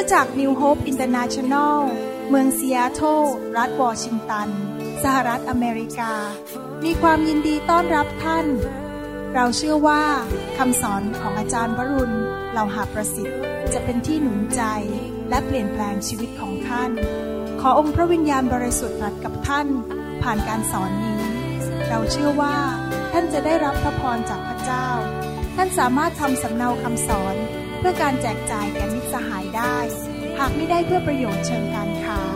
จักร New Hope International เมืองซีแอตเทิลรัฐวอชิงตันสหรัฐอเมริกามีความยินดีต้อนรับท่านเราเชื่อว่าคำสอนของอาจารย์วรุณ เหล่าหาประสิทธิ์จะเป็นที่หนุนใจและเปลี่ยนแปลงชีวิตของท่านขอองค์พระวิญญาณบริสุทธิ์ตรัสกับท่านผ่านการสอนนี้เราเชื่อว่าท่านจะได้รับพระพรจากพระเจ้าท่านสามารถทำสำเนาคำสอนเพื่อการแจกจ่ายแก่มิตรสหายได้หากไม่ได้เพื่อประโยชน์เชิงการค้า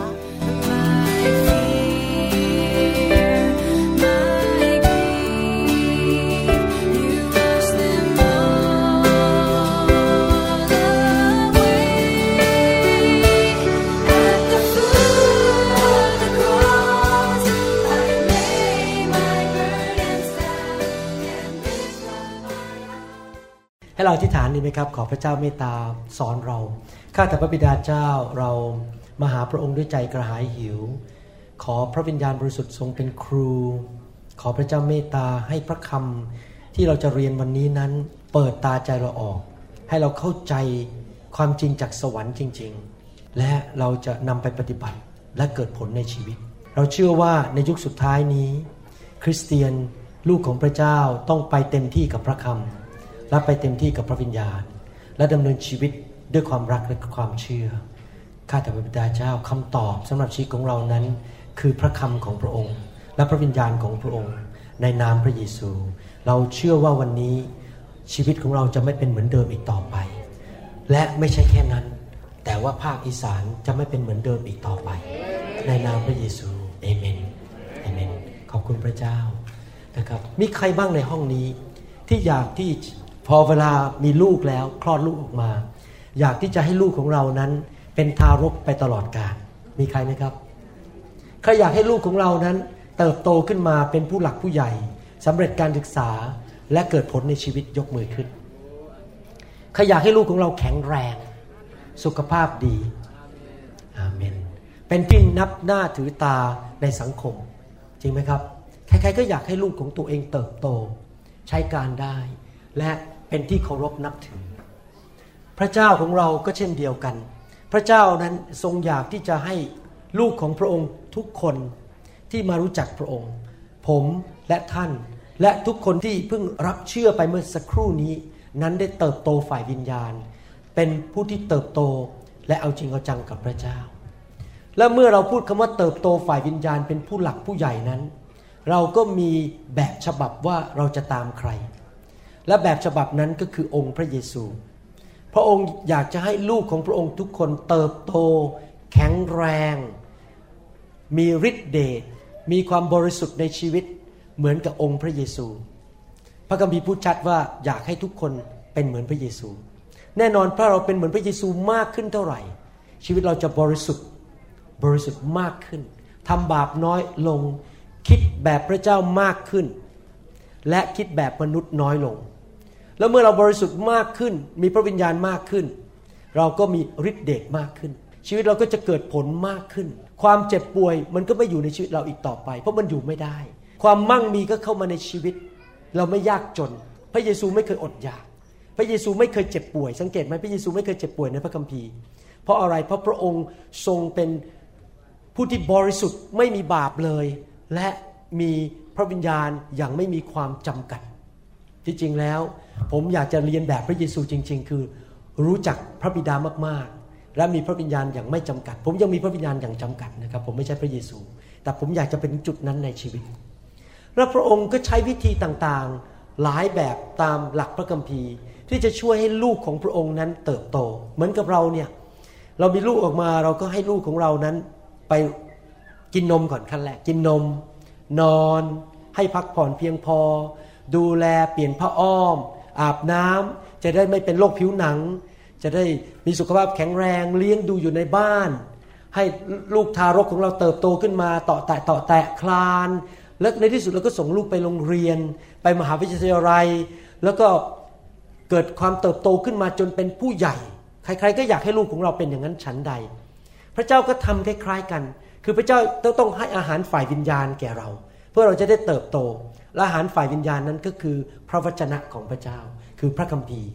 ให้เราอธิษฐานดีไหมครับขอพระเจ้าเมตตาสอนเราข้าแต่พระบิดาเจ้าเรามาหาพระองค์ด้วยใจกระหายหิวขอพระวิญญาณบริสุทธิ์ทรงเป็นครูขอพระเจ้าเมตตาให้พระคำที่เราจะเรียนวันนี้นั้นเปิดตาใจเราออกให้เราเข้าใจความจริงจากสวรรค์จริงๆและเราจะนำไปปฏิบัติและเกิดผลในชีวิตเราเชื่อว่าในยุคสุดท้ายนี้คริสเตียนลูกของพระเจ้าต้องไปเต็มที่กับพระคำและไปเต็มที่กับพระวิญญาณและดำเนินชีวิตด้วยความรักและความเชื่อข้าแต่พระบิดาเจ้าคำตอบสำหรับชีวิตของเรานั้นคือพระคำของพระองค์และพระวิญญาณของพระองค์ในนามพระเยซูเราเชื่อว่าวันนี้ชีวิตของเราจะไม่เป็นเหมือนเดิมอีกต่อไปและไม่ใช่แค่นั้นแต่ว่าภาคอีสานจะไม่เป็นเหมือนเดิมอีกต่อไปในนามพระเยซูเอเมนเอเมนขอบคุณพระเจ้านะครับมีใครบ้างในห้องนี้ที่อยากที่พอเวลามีลูกแล้วคลอดลูกออกมาอยากที่จะให้ลูกของเรานั้นเป็นทารกไปตลอดกาลมีใครไหมครับใครอยากให้ลูกของเรานั้นเติบโตขึ้นมาเป็นผู้หลักผู้ใหญ่สำเร็จการศึกษาและเกิดผลในชีวิตยกมือขึ้นใครอยากให้ลูกของเราแข็งแรงสุขภาพดีอาเมนเป็นที่นับหน้าถือตาในสังคมจริงไหมครับใครๆก็อยากให้ลูกของตัวเองเติบโตใช้การได้และเป็นที่เคารพนับถือพระเจ้าของเราก็เช่นเดียวกันพระเจ้านั้นทรงอยากที่จะให้ลูกของพระองค์ทุกคนที่มารู้จักพระองค์ผมและท่านและทุกคนที่เพิ่งรับเชื่อไปเมื่อสักครู่นี้นั้นได้เติบโตฝ่ายวิญญาณเป็นผู้ที่เติบโตและเอาจริงเอาจังกับพระเจ้าและเมื่อเราพูดคำว่าเติบโตฝ่ายวิญญาณเป็นผู้หลักผู้ใหญ่นั้นเราก็มีแบบฉบับว่าเราจะตามใครและแบบฉบับนั้นก็คือองค์พระเยซูพระองค์อยากจะให้ลูกของพระองค์ทุกคนเติบโตแข็งแรงมีฤทธิ์เดชมีความบริสุทธิ์ในชีวิตเหมือนกับองค์พระเยซูพระคัมภีร์พูดชัดว่าอยากให้ทุกคนเป็นเหมือนพระเยซูแน่นอนถ้าเราเป็นเหมือนพระเยซูมากขึ้นเท่าไหร่ชีวิตเราจะบริสุทธิ์มากขึ้นทำบาปน้อยลงคิดแบบพระเจ้ามากขึ้นและคิดแบบมนุษย์น้อยลงแล้วเมื่อเราบริสุทธิ์มากขึ้นมีพระวิญญาณมากขึ้นเราก็มีฤทธิ์เดชมากขึ้นชีวิตเราก็จะเกิดผลมากขึ้นความเจ็บป่วยมันก็ไม่อยู่ในชีวิตเราอีกต่อไปเพราะมันอยู่ไม่ได้ความมั่งมีก็เข้ามาในชีวิตเราไม่ยากจนพระเยซูไม่เคยอดอยากพระเยซูไม่เคยเจ็บป่วยสังเกตไหมพระเยซูไม่เคยเจ็บป่วยในพระคัมภีร์เพราะอะไรเพราะพระองค์ทรงเป็นผู้ที่บริสุทธิ์ไม่มีบาปเลยและมีพระวิญญาณอย่างไม่มีความจำกัดที่จริงแล้วผมอยากจะเรียนแบบพระเยซูจริงๆคือรู้จักพระบิดามากๆและมีพระวิญญาณอย่างไม่จำกัดผมยังมีพระวิญญาณอย่างจำกัดนะครับผมไม่ใช่พระเยซูแต่ผมอยากจะเป็นจุดนั้นในชีวิตและพระองค์ก็ใช้วิธีต่างๆหลายแบบตามหลักพระคัมภีร์ที่จะช่วยให้ลูกของพระองค์นั้นเติบโตเหมือนกับเราเนี่ยเรามีลูกออกมาเราก็ให้ลูกของเรานั้นไปกินนมก่อนขั้นแรกกินนมนอนให้พักผ่อนเพียงพอดูแลเปลี่ยนผ้าอ้อมอาบน้ำจะได้ไม่เป็นโรคผิวหนังจะได้มีสุขภาพแข็งแรงเลี้ยงดูอยู่ในบ้านให้ลูกทารกของเราเติบโตขึ้นมาต่อแตะคลานและในที่สุดเราก็ส่งลูกไปโรงเรียนไปมหาวิทยาลัยแล้วก็เกิดความเติบโตขึ้นมาจนเป็นผู้ใหญ่ใครๆก็อยากให้ลูกของเราเป็นอย่างนั้นฉันใดพระเจ้าก็ทำคล้ายๆกันคือพระเจ้าต้องให้อาหารฝ่ายวิญญาณแก่เราเพื่อเราจะได้เติบโตและอาหารฝ่ายวิญญาณนั้นก็คือพระวจนะของพระเจ้าคือพระคัมภีร์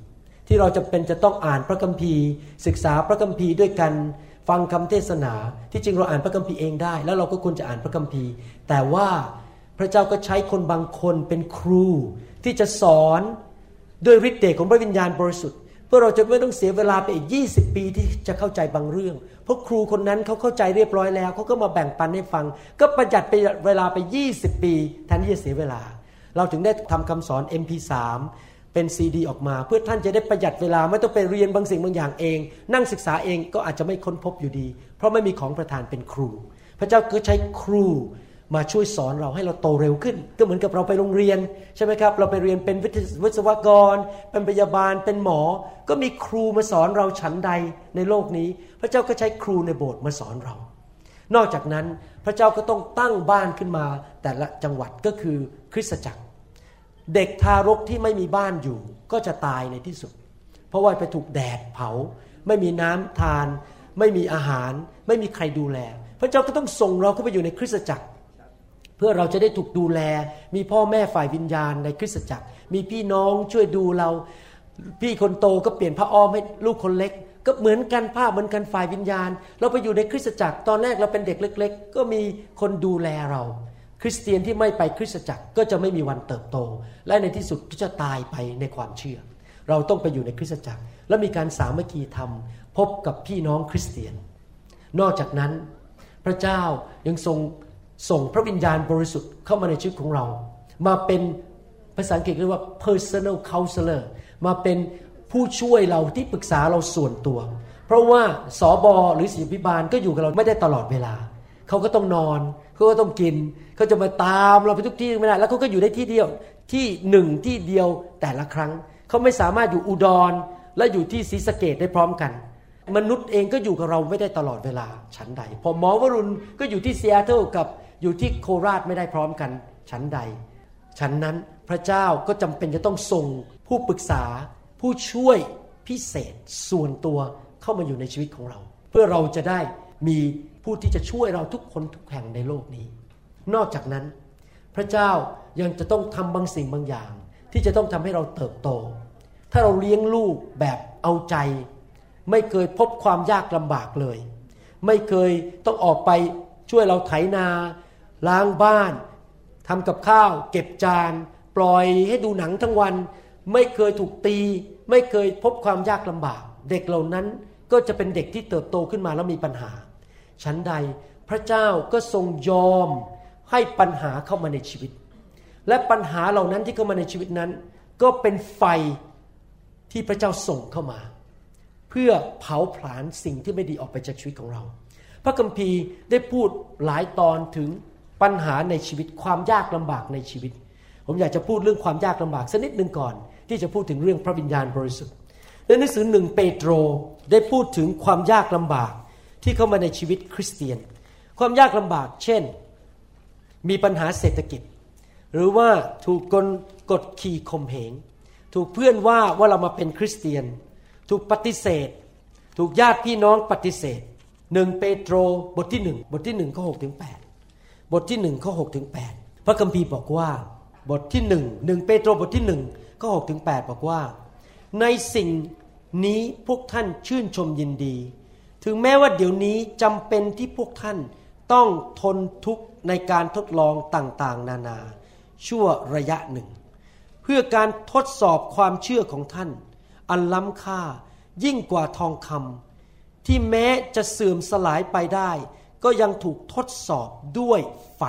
ที่เราจำเป็นจะต้องอ่านพระคัมภีร์ศึกษาพระคัมภีร์ด้วยกันฟังคำเทศนาที่จริงเราอ่านพระคัมภีร์เองได้แล้วเราก็ควรจะอ่านพระคัมภีร์แต่ว่าพระเจ้าก็ใช้คนบางคนเป็นครูที่จะสอนด้วยฤทธิ์เดชของพระวิญญาณบริสุทธิ์เพื่อเราจะไม่ต้องเสียเวลาไปอีก20ปีที่จะเข้าใจบางเรื่องเพราะครูคนนั้นเขาเข้าใจเรียบร้อยแล้วเขาก็มาแบ่งปันให้ฟังก็ประหยัดไปเวลาไป20ปีแทนที่จะเสียเวลาเราถึงได้ทำคำสอน MP3 เป็น CD ออกมาเพื่อท่านจะได้ประหยัดเวลาไม่ต้องไปเรียนบางสิ่งบางอย่างเองนั่งศึกษาเองก็อาจจะไม่ค้นพบอยู่ดีเพราะไม่มีของประทานเป็นครูพระเจ้าก็ใช้ครูมาช่วยสอนเราให้เราโตเร็วขึ้นก็เหมือนกับเราไปโรงเรียนใช่ไหมครับเราไปเรียนเป็นวิศวกรเป็นพยาบาลเป็นหมอก็มีครูมาสอนเราฉันใดในโลกนี้พระเจ้าก็ใช้ครูในโบสถ์มาสอนเรานอกจากนั้นพระเจ้าก็ต้องตั้งบ้านขึ้นมาแต่ละจังหวัดก็คือคริสตจักรเด็กทารกที่ไม่มีบ้านอยู่ก็จะตายในที่สุดเพราะว่าไปถูกแดดเผาไม่มีน้ำทานไม่มีอาหารไม่มีใครดูแลพระเจ้าก็ต้องส่งเราเข้าไปอยู่ในคริสตจักรเพื่อเราจะได้ถูกดูแลมีพ่อแม่ฝ่ายวิญญาณในคริสตจักรมีพี่น้องช่วยดูเราพี่คนโตก็เปลี่ยนผ้าอ้อมให้ลูกคนเล็กก็เหมือนกันผ้าเหมือนกันฝ่ายวิญญาณเราไปอยู่ในคริสตจักรตอนแรกเราเป็นเด็กเล็กๆก็มีคนดูแลเราคริสเตียนที่ไม่ไปคริสตจักรก็จะไม่มีวันเติบโตและในที่สุดก็จะตายไปในความเชื่อเราต้องไปอยู่ในคริสตจักรและมีการสามัคคีธรรมพบกับพี่น้องคริสเตียนนอกจากนั้นพระเจ้ายังส่งพระวิญญาณบริสุทธิ์เข้ามาในชีวิตของเรามาเป็นภาษาอังกฤษเรียกว่า personal counselor มาเป็นผู้ช่วยเราที่ปรึกษาเราส่วนตัวเพราะว่าสบหรือศิริบาลก็อยู่กับเราไม่ได้ตลอดเวลาเขาก็ต้องนอนเขาก็ต้องกินเขาจะมาตามเราไปทุกที่ไม่ได้แล้วเขาก็อยู่ได้ที่เดียวที่หนึ่งที่เดียวแต่ละครั้งเขาไม่สามารถอยู่อุดรและอยู่ที่ศรีสะเกษได้พร้อมกันมนุษย์เองก็อยู่กับเราไม่ได้ตลอดเวลาฉันใดพอหมอวรุณก็อยู่ที่ซีแอตเทิลกับอยู่ที่โคราชไม่ได้พร้อมกันฉันใดฉันนั้นพระเจ้าก็จำเป็นจะต้องส่งผู้ปรึกษาผู้ช่วยพิเศษส่วนตัวเข้ามาอยู่ในชีวิตของเราเพื่อเราจะได้มีผู้ที่จะช่วยเราทุกคนทุกแห่งในโลกนี้นอกจากนั้นพระเจ้ายังจะต้องทำบางสิ่งบางอย่างที่จะต้องทำให้เราเติบโตถ้าเราเลี้ยงลูกแบบเอาใจไม่เคยพบความยากลำบากเลยไม่เคยต้องออกไปช่วยเราไถนาล้างบ้านทำกับข้าวเก็บจานปล่อยให้ดูหนังทั้งวันไม่เคยถูกตีไม่เคยพบความยากลำบากเด็กเหล่านั้นก็จะเป็นเด็กที่เติบโตขึ้นมาแล้วมีปัญหาฉันใดพระเจ้าก็ทรงยอมให้ปัญหาเข้ามาในชีวิตและปัญหาเหล่านั้นที่เข้ามาในชีวิตนั้นก็เป็นไฟที่พระเจ้าส่งเข้ามาเพื่อเผาผลาญสิ่งที่ไม่ดีออกไปจากชีวิตของเราพระคัมภีร์ได้พูดหลายตอนถึงปัญหาในชีวิตความยากลำบากในชีวิตผมอยากจะพูดเรื่องความยากลำบากสักนิดนึงก่อนที่จะพูดถึงเรื่องพระวิญญาณบริสุทธิ์ในหนังสือ1เปโตรได้พูดถึงความยากลำบากที่เข้ามาในชีวิตคริสเตียนความยากลำบากเช่นมีปัญหาเศรษฐกิจหรือว่าถูกกดขี่ข่มเหงถูกเพื่อนว่าเรามาเป็นคริสเตียนถูกปฏิเสธถูกญาติพี่น้องปฏิเสธ1เปโตรบทที่1ข้อ6ถึง8บทที่1ข้อ6ถึง8พระคัมภีร์บอกว่าบทที่1เปโตรบทที่1ข้อ6ถึง8บอกว่าในสิ่งนี้พวกท่านชื่นชมยินดีถึงแม้ว่าเดี๋ยวนี้จำเป็นที่พวกท่านต้องทนทุกข์ในการทดลองต่างๆนานาชั่วระยะหนึ่งเพื่อการทดสอบความเชื่อของท่านอันล้ำค่ายิ่งกว่าทองคำที่แม้จะเสื่อมสลายไปได้ก็ยังถูกทดสอบด้วยไฟ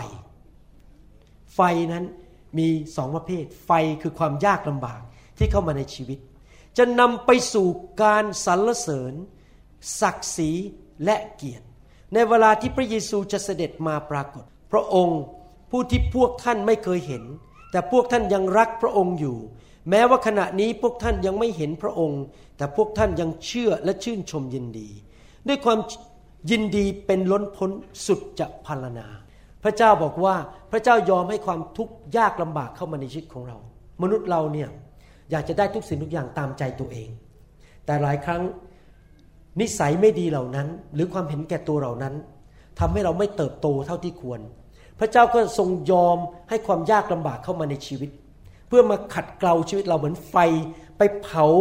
นั้นมี2ประเภทไฟคือความยากลำบากที่เข้ามาในชีวิตจะนำไปสู่การสรรเสริญศักดิ์ศรีและเกียรติในเวลาที่พระเยซูจะเสด็จมาปรากฏพระองค์ผู้ที่พวกท่านไม่เคยเห็นแต่พวกท่านยังรักพระองค์อยู่แม้ว่าขณะนี้พวกท่านยังไม่เห็นพระองค์แต่พวกท่านยังเชื่อและชื่นชมยินดีด้วยความยินดีเป็นล้นพ้นสุดจะพรรณนาพระเจ้าบอกว่าพระเจ้ายอมให้ความทุกข์ยากลำบากเข้ามาในชีวิตของเรามนุษย์เราเนี่ยอยากจะได้ทุกสิ่งทุกอย่างตามใจตัวเองแต่หลายครั้งนิสัยไม่ดีเหล่านั้นหรือความเห็นแก่ตัวเหล่านั้นทำให้เราไม่เติบโตเท่าที่ควรพระเจ้าก็ทรงยอมให้ความยากลำบากเข้ามาในชีวิตเพื่อมาขัดเกลาชีวิตเราเหมือนไฟไปเผา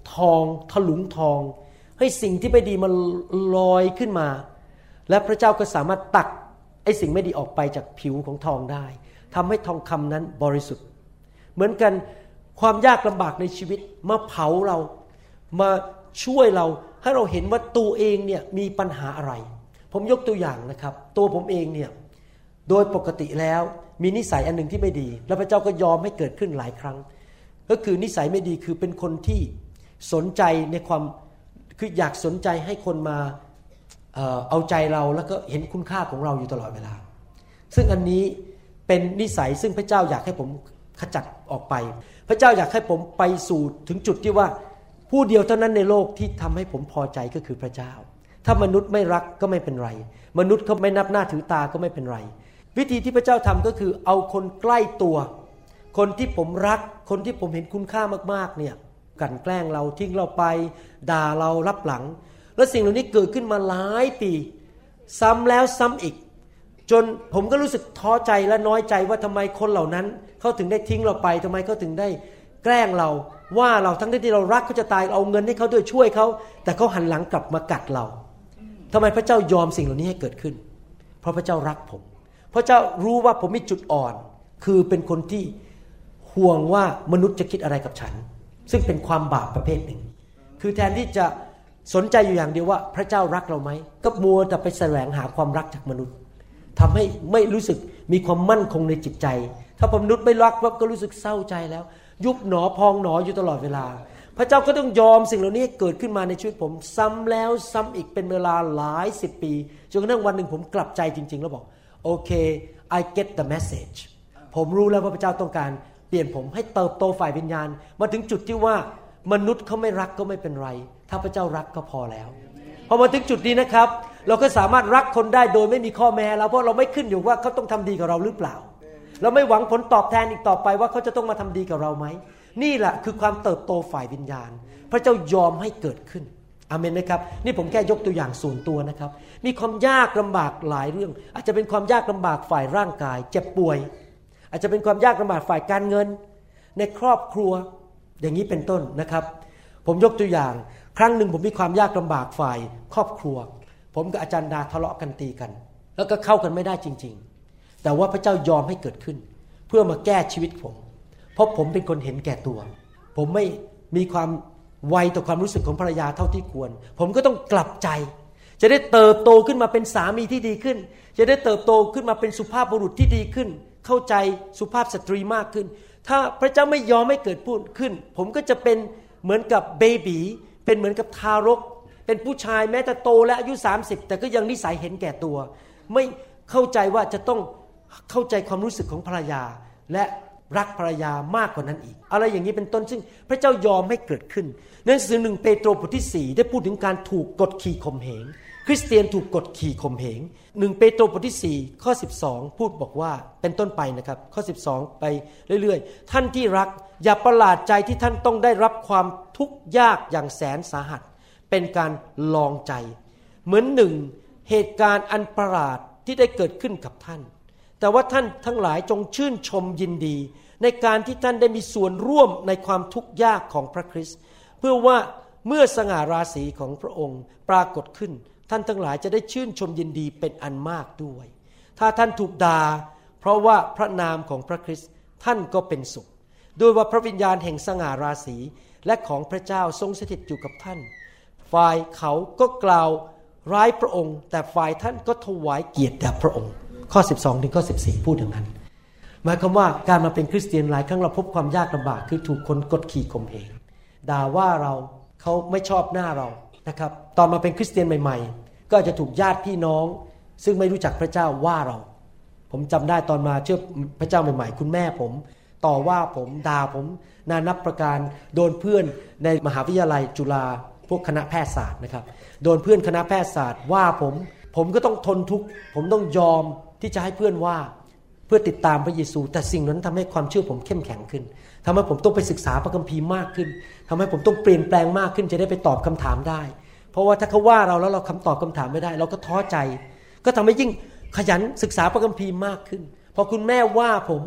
ทองถลุงทองให้สิ่งที่ไม่ดีมันลอยขึ้นมาและพระเจ้าก็สามารถตักไอ้สิ่งไม่ดีออกไปจากผิวของทองได้ทำให้ทองคำนั้นบริสุทธิ์เหมือนกันความยากลำบากในชีวิตมาเผาเรามาช่วยเราให้เราเห็นว่าตัวเองเนี่ยมีปัญหาอะไรผมยกตัวอย่างนะครับตัวผมเองเนี่ยโดยปกติแล้วมีนิสัยอันหนึ่งที่ไม่ดีแล้วพระเจ้าก็ยอมให้เกิดขึ้นหลายครั้งก็คือนิสัยไม่ดีคือเป็นคนที่สนใจในความคืออยากสนใจให้คนมาเอาใจเราแล้วก็เห็นคุณค่าของเราอยู่ตลอดเวลาซึ่งอันนี้เป็นนิสัยซึ่งพระเจ้าอยากให้ผมขจัดออกไปพระเจ้าอยากให้ผมไปสู่ถึงจุดที่ว่าผู้เดียวเท่านั้นในโลกที่ทำให้ผมพอใจก็คือพระเจ้าถ้ามนุษย์ไม่รักก็ไม่เป็นไรมนุษย์เขาไม่นับหน้าถือตาก็ไม่เป็นไรวิธีที่พระเจ้าทำก็คือเอาคนใกล้ตัวคนที่ผมรักคนที่ผมเห็นคุณค่ามากๆเนี่ยกลั่นแกล้งเราทิ้งเราไปด่าเรารับหลังและสิ่งเหล่านี้เกิดขึ้นมาหลายปีซ้ำแล้วซ้ำอีกจนผมก็รู้สึกท้อใจและน้อยใจว่าทำไมคนเหล่านั้นเขาถึงได้ทิ้งเราไปทำไมเขาถึงได้แกล้งเราว่าเราทั้งที่เรารักเขาจะตายเอาเงินให้เขาด้วยช่วยเขาแต่เขาหันหลังกลับมากัดเราทำไมพระเจ้ายอมสิ่งเหล่านี้ให้เกิดขึ้นเพราะพระเจ้ารักผมพระเจ้ารู้ว่าผมมีจุดอ่อนคือเป็นคนที่ห่วงว่ามนุษย์จะคิดอะไรกับฉันซึ่งเป็นความบาปประเภทหนึ่งคือแทนที่จะสนใจอยู่อย่างเดียวว่าพระเจ้ารักเราไหมก็มัวแต่ไปแสวงหาความรักจากมนุษย์ทำให้ไม่รู้สึกมีความมั่นคงในจิตใจถ้ามนุษย์ไม่รักก็รู้สึกเศร้าใจแล้วยุบหนอพองหนออยู่ตลอดเวลาพระเจ้าก็ต้องยอมสิ่งเหล่านี้เกิดขึ้นมาในชีวิตผมซ้ำแล้วซ้ำอีกเป็นเวลาหลาย10 ปีจนกระทั่งวันหนึ่งผมกลับใจจริงๆแล้วบอกโอเค I get the message ผมรู้แล้วว่าพระเจ้าต้องการเปลี่ยนผมให้เติบโตฝ่ายวิญญาณมาถึงจุดที่ว่ามนุษย์เขาไม่รักก็ไม่เป็นไรถ้าพระเจ้ารักก็พอแล้วพอมาถึงจุดนี้นะครับเราก็สามารถรักคนได้โดยไม่มีข้อแม้แล้วเพราะเราไม่ขึ้นอยู่ว่าเขาต้องทำดีกับเราหรือเปล่าเราไม่หวังผลตอบแทนอีกต่อไปว่าเขาจะต้องมาทำดีกับเราไหมนี่แหละคือความเติบโตฝ่ายวิญญาณพระเจ้ายอมให้เกิดขึ้นอาเมนไหมครับนี่ผมแค่ยกตัวอย่างส่วนตัวนะครับมีความยากลำบากหลายเรื่องอาจจะเป็นความยากลำบากฝ่ายร่างกายเจ็บป่วยอาจจะเป็นความยากลำบากฝ่ายการเงินในครอบครัวอย่างนี้เป็นต้นนะครับผมยกตัวอย่างครั้งหนึ่งผมมีความยากลำบากฝ่ายครอบครัวผมกับอาจารย์ดาทะเลาะกันตีกันแล้วก็เข้ากันไม่ได้จริงๆแต่ว่าพระเจ้ายอมให้เกิดขึ้นเพื่อมาแก้ชีวิตผมเพราะผมเป็นคนเห็นแก่ตัวผมไม่มีความไวต่อความรู้สึกของภรรยาเท่าที่ควรผมก็ต้องกลับใจจะได้เติบโตขึ้นมาเป็นสามีที่ดีขึ้นจะได้เติบโตขึ้นมาเป็นสุภาพบุรุษที่ดีขึ้นเข้าใจสุภาพสตรีมากขึ้นถ้าพระเจ้าไม่ยอมให้เกิดขึ้นผมก็จะเป็นเหมือนกับเบบีเป็นเหมือนกับทารกเป็นผู้ชายแม้แต่โตและอายุ30แต่ก็ยังนิสัยเห็นแก่ตัวไม่เข้าใจว่าจะต้องเข้าใจความรู้สึกของภรรยาและรักภรรยามากกว่านั้นอีกอะไรอย่างนี้เป็นต้นซึ่งพระเจ้ายอมให้เกิดขึ้นหนังสือ1เปโตรบทที่4ได้พูดถึงการถูกกดขี่ข่มเหงคริสเตียนถูกกดขี่ข่มเหง1เปโตรบทที่4ข้อ12พูดบอกว่าเป็นต้นไปนะครับข้อ12ไปเรื่อยๆท่านที่รักอย่าประหลาดใจที่ท่านต้องได้รับความทุกข์ยากอย่างแสนสาหัสเป็นการลองใจเหมือนหนึ่งเหตุการณ์อันประหลาดที่ได้เกิดขึ้นกับท่านแต่ว่าท่านทั้งหลายจงชื่นชมยินดีในการที่ท่านได้มีส่วนร่วมในความทุกข์ยากของพระคริสต์เพื่อว่าเมื่อสง่าราศีของพระองค์ปรากฏขึ้นท่านทั้งหลายจะได้ชื่นชมยินดีเป็นอันมากด้วยถ้าท่านถูกด่าเพราะว่าพระนามของพระคริสต์ท่านก็เป็นสุขโดยว่าพระวิญญาณแห่งสง่าราศีและของพระเจ้าทรงสถิตอยู่กับท่านฝ่ายเขาก็กล่าวร้ายพระองค์แต่ฝ่ายท่านก็ถวายเกียรติแด่พระองค์ข้อ12ถึงข้อ14พูดอย่างนั้นหมายความว่าการมาเป็นคริสเตียนหลายครั้งเราพบความยากลำบากคือถูกคนกดขี่ข่มเหงด่าว่าเราเขาไม่ชอบหน้าเรานะครับตอนมาเป็นคริสเตียนใหม่ๆก็จะถูกญาติพี่น้องซึ่งไม่รู้จักพระเจ้าว่าเราผมจำได้ตอนมาเชื่อพระเจ้าใหม่ๆคุณแม่ผมต่อว่าผมด่าผมนานับประการโดนเพื่อนในมหาวิทยาลัยจุฬาพวกคณะแพทยศาสตร์นะครับโดนเพื่อนคณะแพทยศาสตร์ว่าผมก็ต้องทนทุกข์ผมต้องยอมที่จะให้เพื่อนว่าเพื่อติดตามพระเยซูแต่สิ่งนั้นทำให้ความเชื่อผมเข้มแข็งขึ้นทำให้ผมต้องไปศึกษาพระคัมภีร์มากขึ้นทำให้ผมต้องเปลี่ยนแปลงมากขึ้นจะได้ไปตอบคำถามได้เพราะว่าถ้าเขาว่าเราแล้วเราคำตอบคำถามไม่ได้เราก็ท้อใจก็ทำให้ยิ่งขยันศึกษาพระคัมภีร์มากขึ้นพอคุณแม่ว่าผม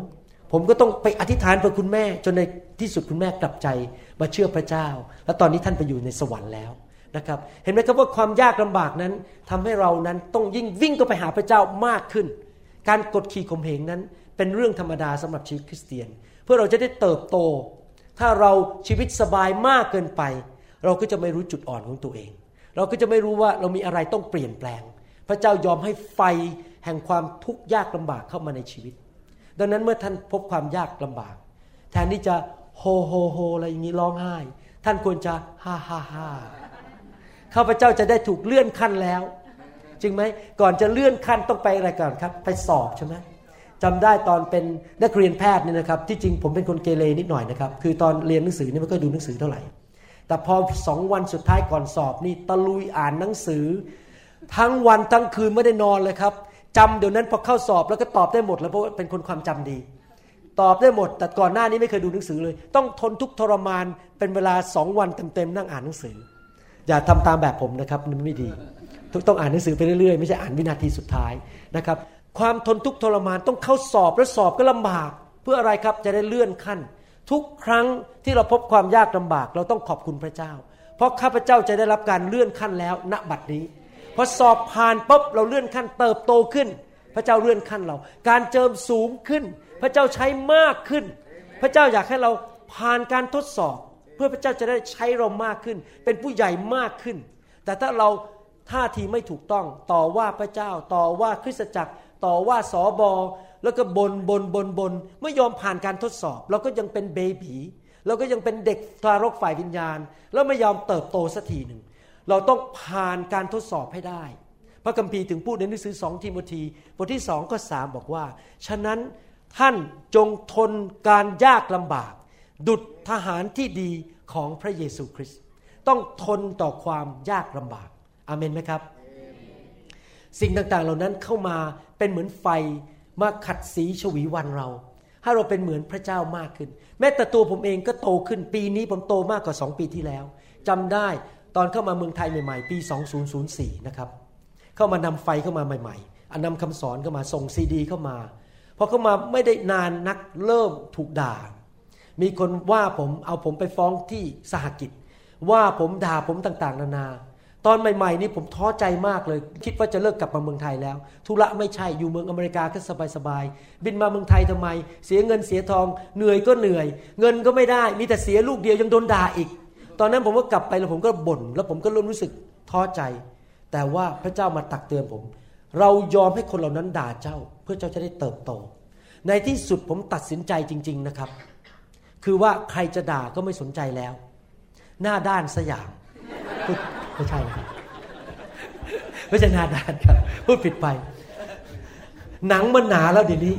ผมก็ต้องไปอธิษฐานเพื่อคุณแม่จนในที่สุดคุณแม่กลับใจมาเชื่อพระเจ้าและตอนนี้ท่านไปอยู่ในสวรรค์แล้วนะครับเห็นไหมครับว่าความยากลำบากนั้นทำให้เรานั้นต้องยิ่งวิ่งเข้าไปหาพระเจ้ามากขึ้นการกดขี่ข่มเหงนั้นเป็นเรื่องธรรมดาสำหรับชีวิตคริสเตียนเพื่อเราจะได้เติบโตถ้าเราชีวิตสบายมากเกินไปเราก็จะไม่รู้จุดอ่อนของตัวเองเราก็จะไม่รู้ว่าเรามีอะไรต้องเปลี่ยนแปลงพระเจ้ายอมให้ไฟแห่งความทุกข์ยากลำบากเข้ามาในชีวิตดังนั้นเมื่อท่านพบความยากลำบากแทนที่จะโฮโฮโฮอะไรอย่างนี้ร้องไห้ท่านควรจะฮ่าฮ่าฮ่าข้าพเจ้าจะได้ถูกเลื่อนขั้นแล้วจริงไหมก่อนจะเลื่อนขั้นต้องไปอะไรก่อนครับไปสอบใช่ไหมจำได้ตอนเป็นนักเรียนแพทย์นี่นะครับที่จริงผมเป็นคนเกเรนิดหน่อยนะครับคือตอนเรียนหนังสือนี่ไม่ค่อยดูหนังสือเท่าไหร่แต่พอ2 วันสุดท้ายก่อนสอบนี่ตะลุยอ่านหนังสือทั้งวันทั้งคืนไม่ได้นอนเลยครับจำเดี๋ยวนั้นพอเข้าสอบแล้วก็ตอบได้หมดแล้วเพราะเป็นคนความจำดีตอบได้หมดแต่ก่อนหน้านี้ไม่เคยดูหนังสือเลยต้องทนทุกข์ทรมานเป็นเวลา2 วันเต็มๆนั่งอ่านหนังสืออย่าทำตามแบบผมนะครับมันไม่ดีต้องอ่านหนังสือไปเรื่อยๆไม่ใช่อ่านวินาทีสุดท้ายนะครับความทนทุกข์ทรมานต้องเข้าสอบและสอบก็ลำบากเพื่ออะไรครับจะได้เลื่อนขั้นทุกครั้งที่เราพบความยากลำบากเราต้องขอบคุณพระเจ้าเพราะข้าพเจ้าจะได้รับการเลื่อนขั้นแล้วณบัดนี้พอสอบผ่านปุ๊บเราเลื่อนขั้นเติบโตขึ้นพระเจ้าเลื่อนขั้นเราการเจิมสูงขึ้นพระเจ้าใช้มากขึ้นพระเจ้าอยากให้เราผ่านการทดสอบเพื่อพระเจ้าจะได้ใช้เรามากขึ้นเป็นผู้ใหญ่มากขึ้นแต่ถ้าเราท่าทีไม่ถูกต้องต่อว่าพระเจ้าต่อว่าคริสตจักรต่อว่าสบแล้วก็บ่นไม่ยอมผ่านการทดสอบเราก็ยังเป็นเบบีเราก็ยังเป็นเด็กทารกฝ่ายวิญญาณแล้วไม่ยอมเติบโตสักทีนึงเราต้องผ่านการทดสอบให้ได้พระคัมภีร์ถึงพูดในหนังสือ2 ทิโมธีบทที่2 ข้อ 3บอกว่าฉะนั้นท่านจงทนการยากลำบากดุจทหารที่ดีของพระเยซูคริสต์ต้องทนต่อความยากลำบากอาเมนไหมครับสิ่งต่างๆเหล่านั้นเข้ามาเป็นเหมือนไฟมาขัดสีฉวีวันเราให้เราเป็นเหมือนพระเจ้ามากขึ้นแม้แต่ตัวผมเองก็โตขึ้นปีนี้ผมโตมากกว่า2 ปีที่แล้วจำได้ตอนเข้ามาเมืองไทยใหม่ๆปี2004นะครับเข้ามานำไฟเข้ามาใหม่ๆนำคำสอนเข้ามาส่งซีดีเข้ามาพอเข้ามาไม่ได้นานนักเริ่มถูกด่ามีคนว่าผมเอาผมไปฟ้องที่สหกิจว่าผมด่าผมต่างๆนานาตอนใหม่ๆนี่ผมท้อใจมากเลยคิดว่าจะเลิกกลับมาเมืองไทยแล้วธุระไม่ใช่อยู่เมืองอเมริกาก็สบายๆบินมาเมืองไทยทำไมเสียเงินเสียทองเหนื่อยก็เหนื่อยเงินก็ไม่ได้มีแต่เสียลูกเดียวยังโดนด่าอีกตอนนั้นผมก็กลับไปแล้วผมก็บ่นแล้วผมก็เริ่มรู้สึกท้อใจแต่ว่าพระเจ้ามาตักเตือนผมเรายอมให้คนเหล่านั้นด่าเจ้าเพื่อเจ้าจะได้เติบโตในที่สุดผมตัดสินใจจริงๆนะครับคือว่าใครจะด่าก็ไม่สนใจแล้วหน้าด้านซะอย่างไม่ใช่นะครับไม่ใช่หน้าด้านครับพูดผิดไปหนังมันหนาแล้วเดี๋ยวนี้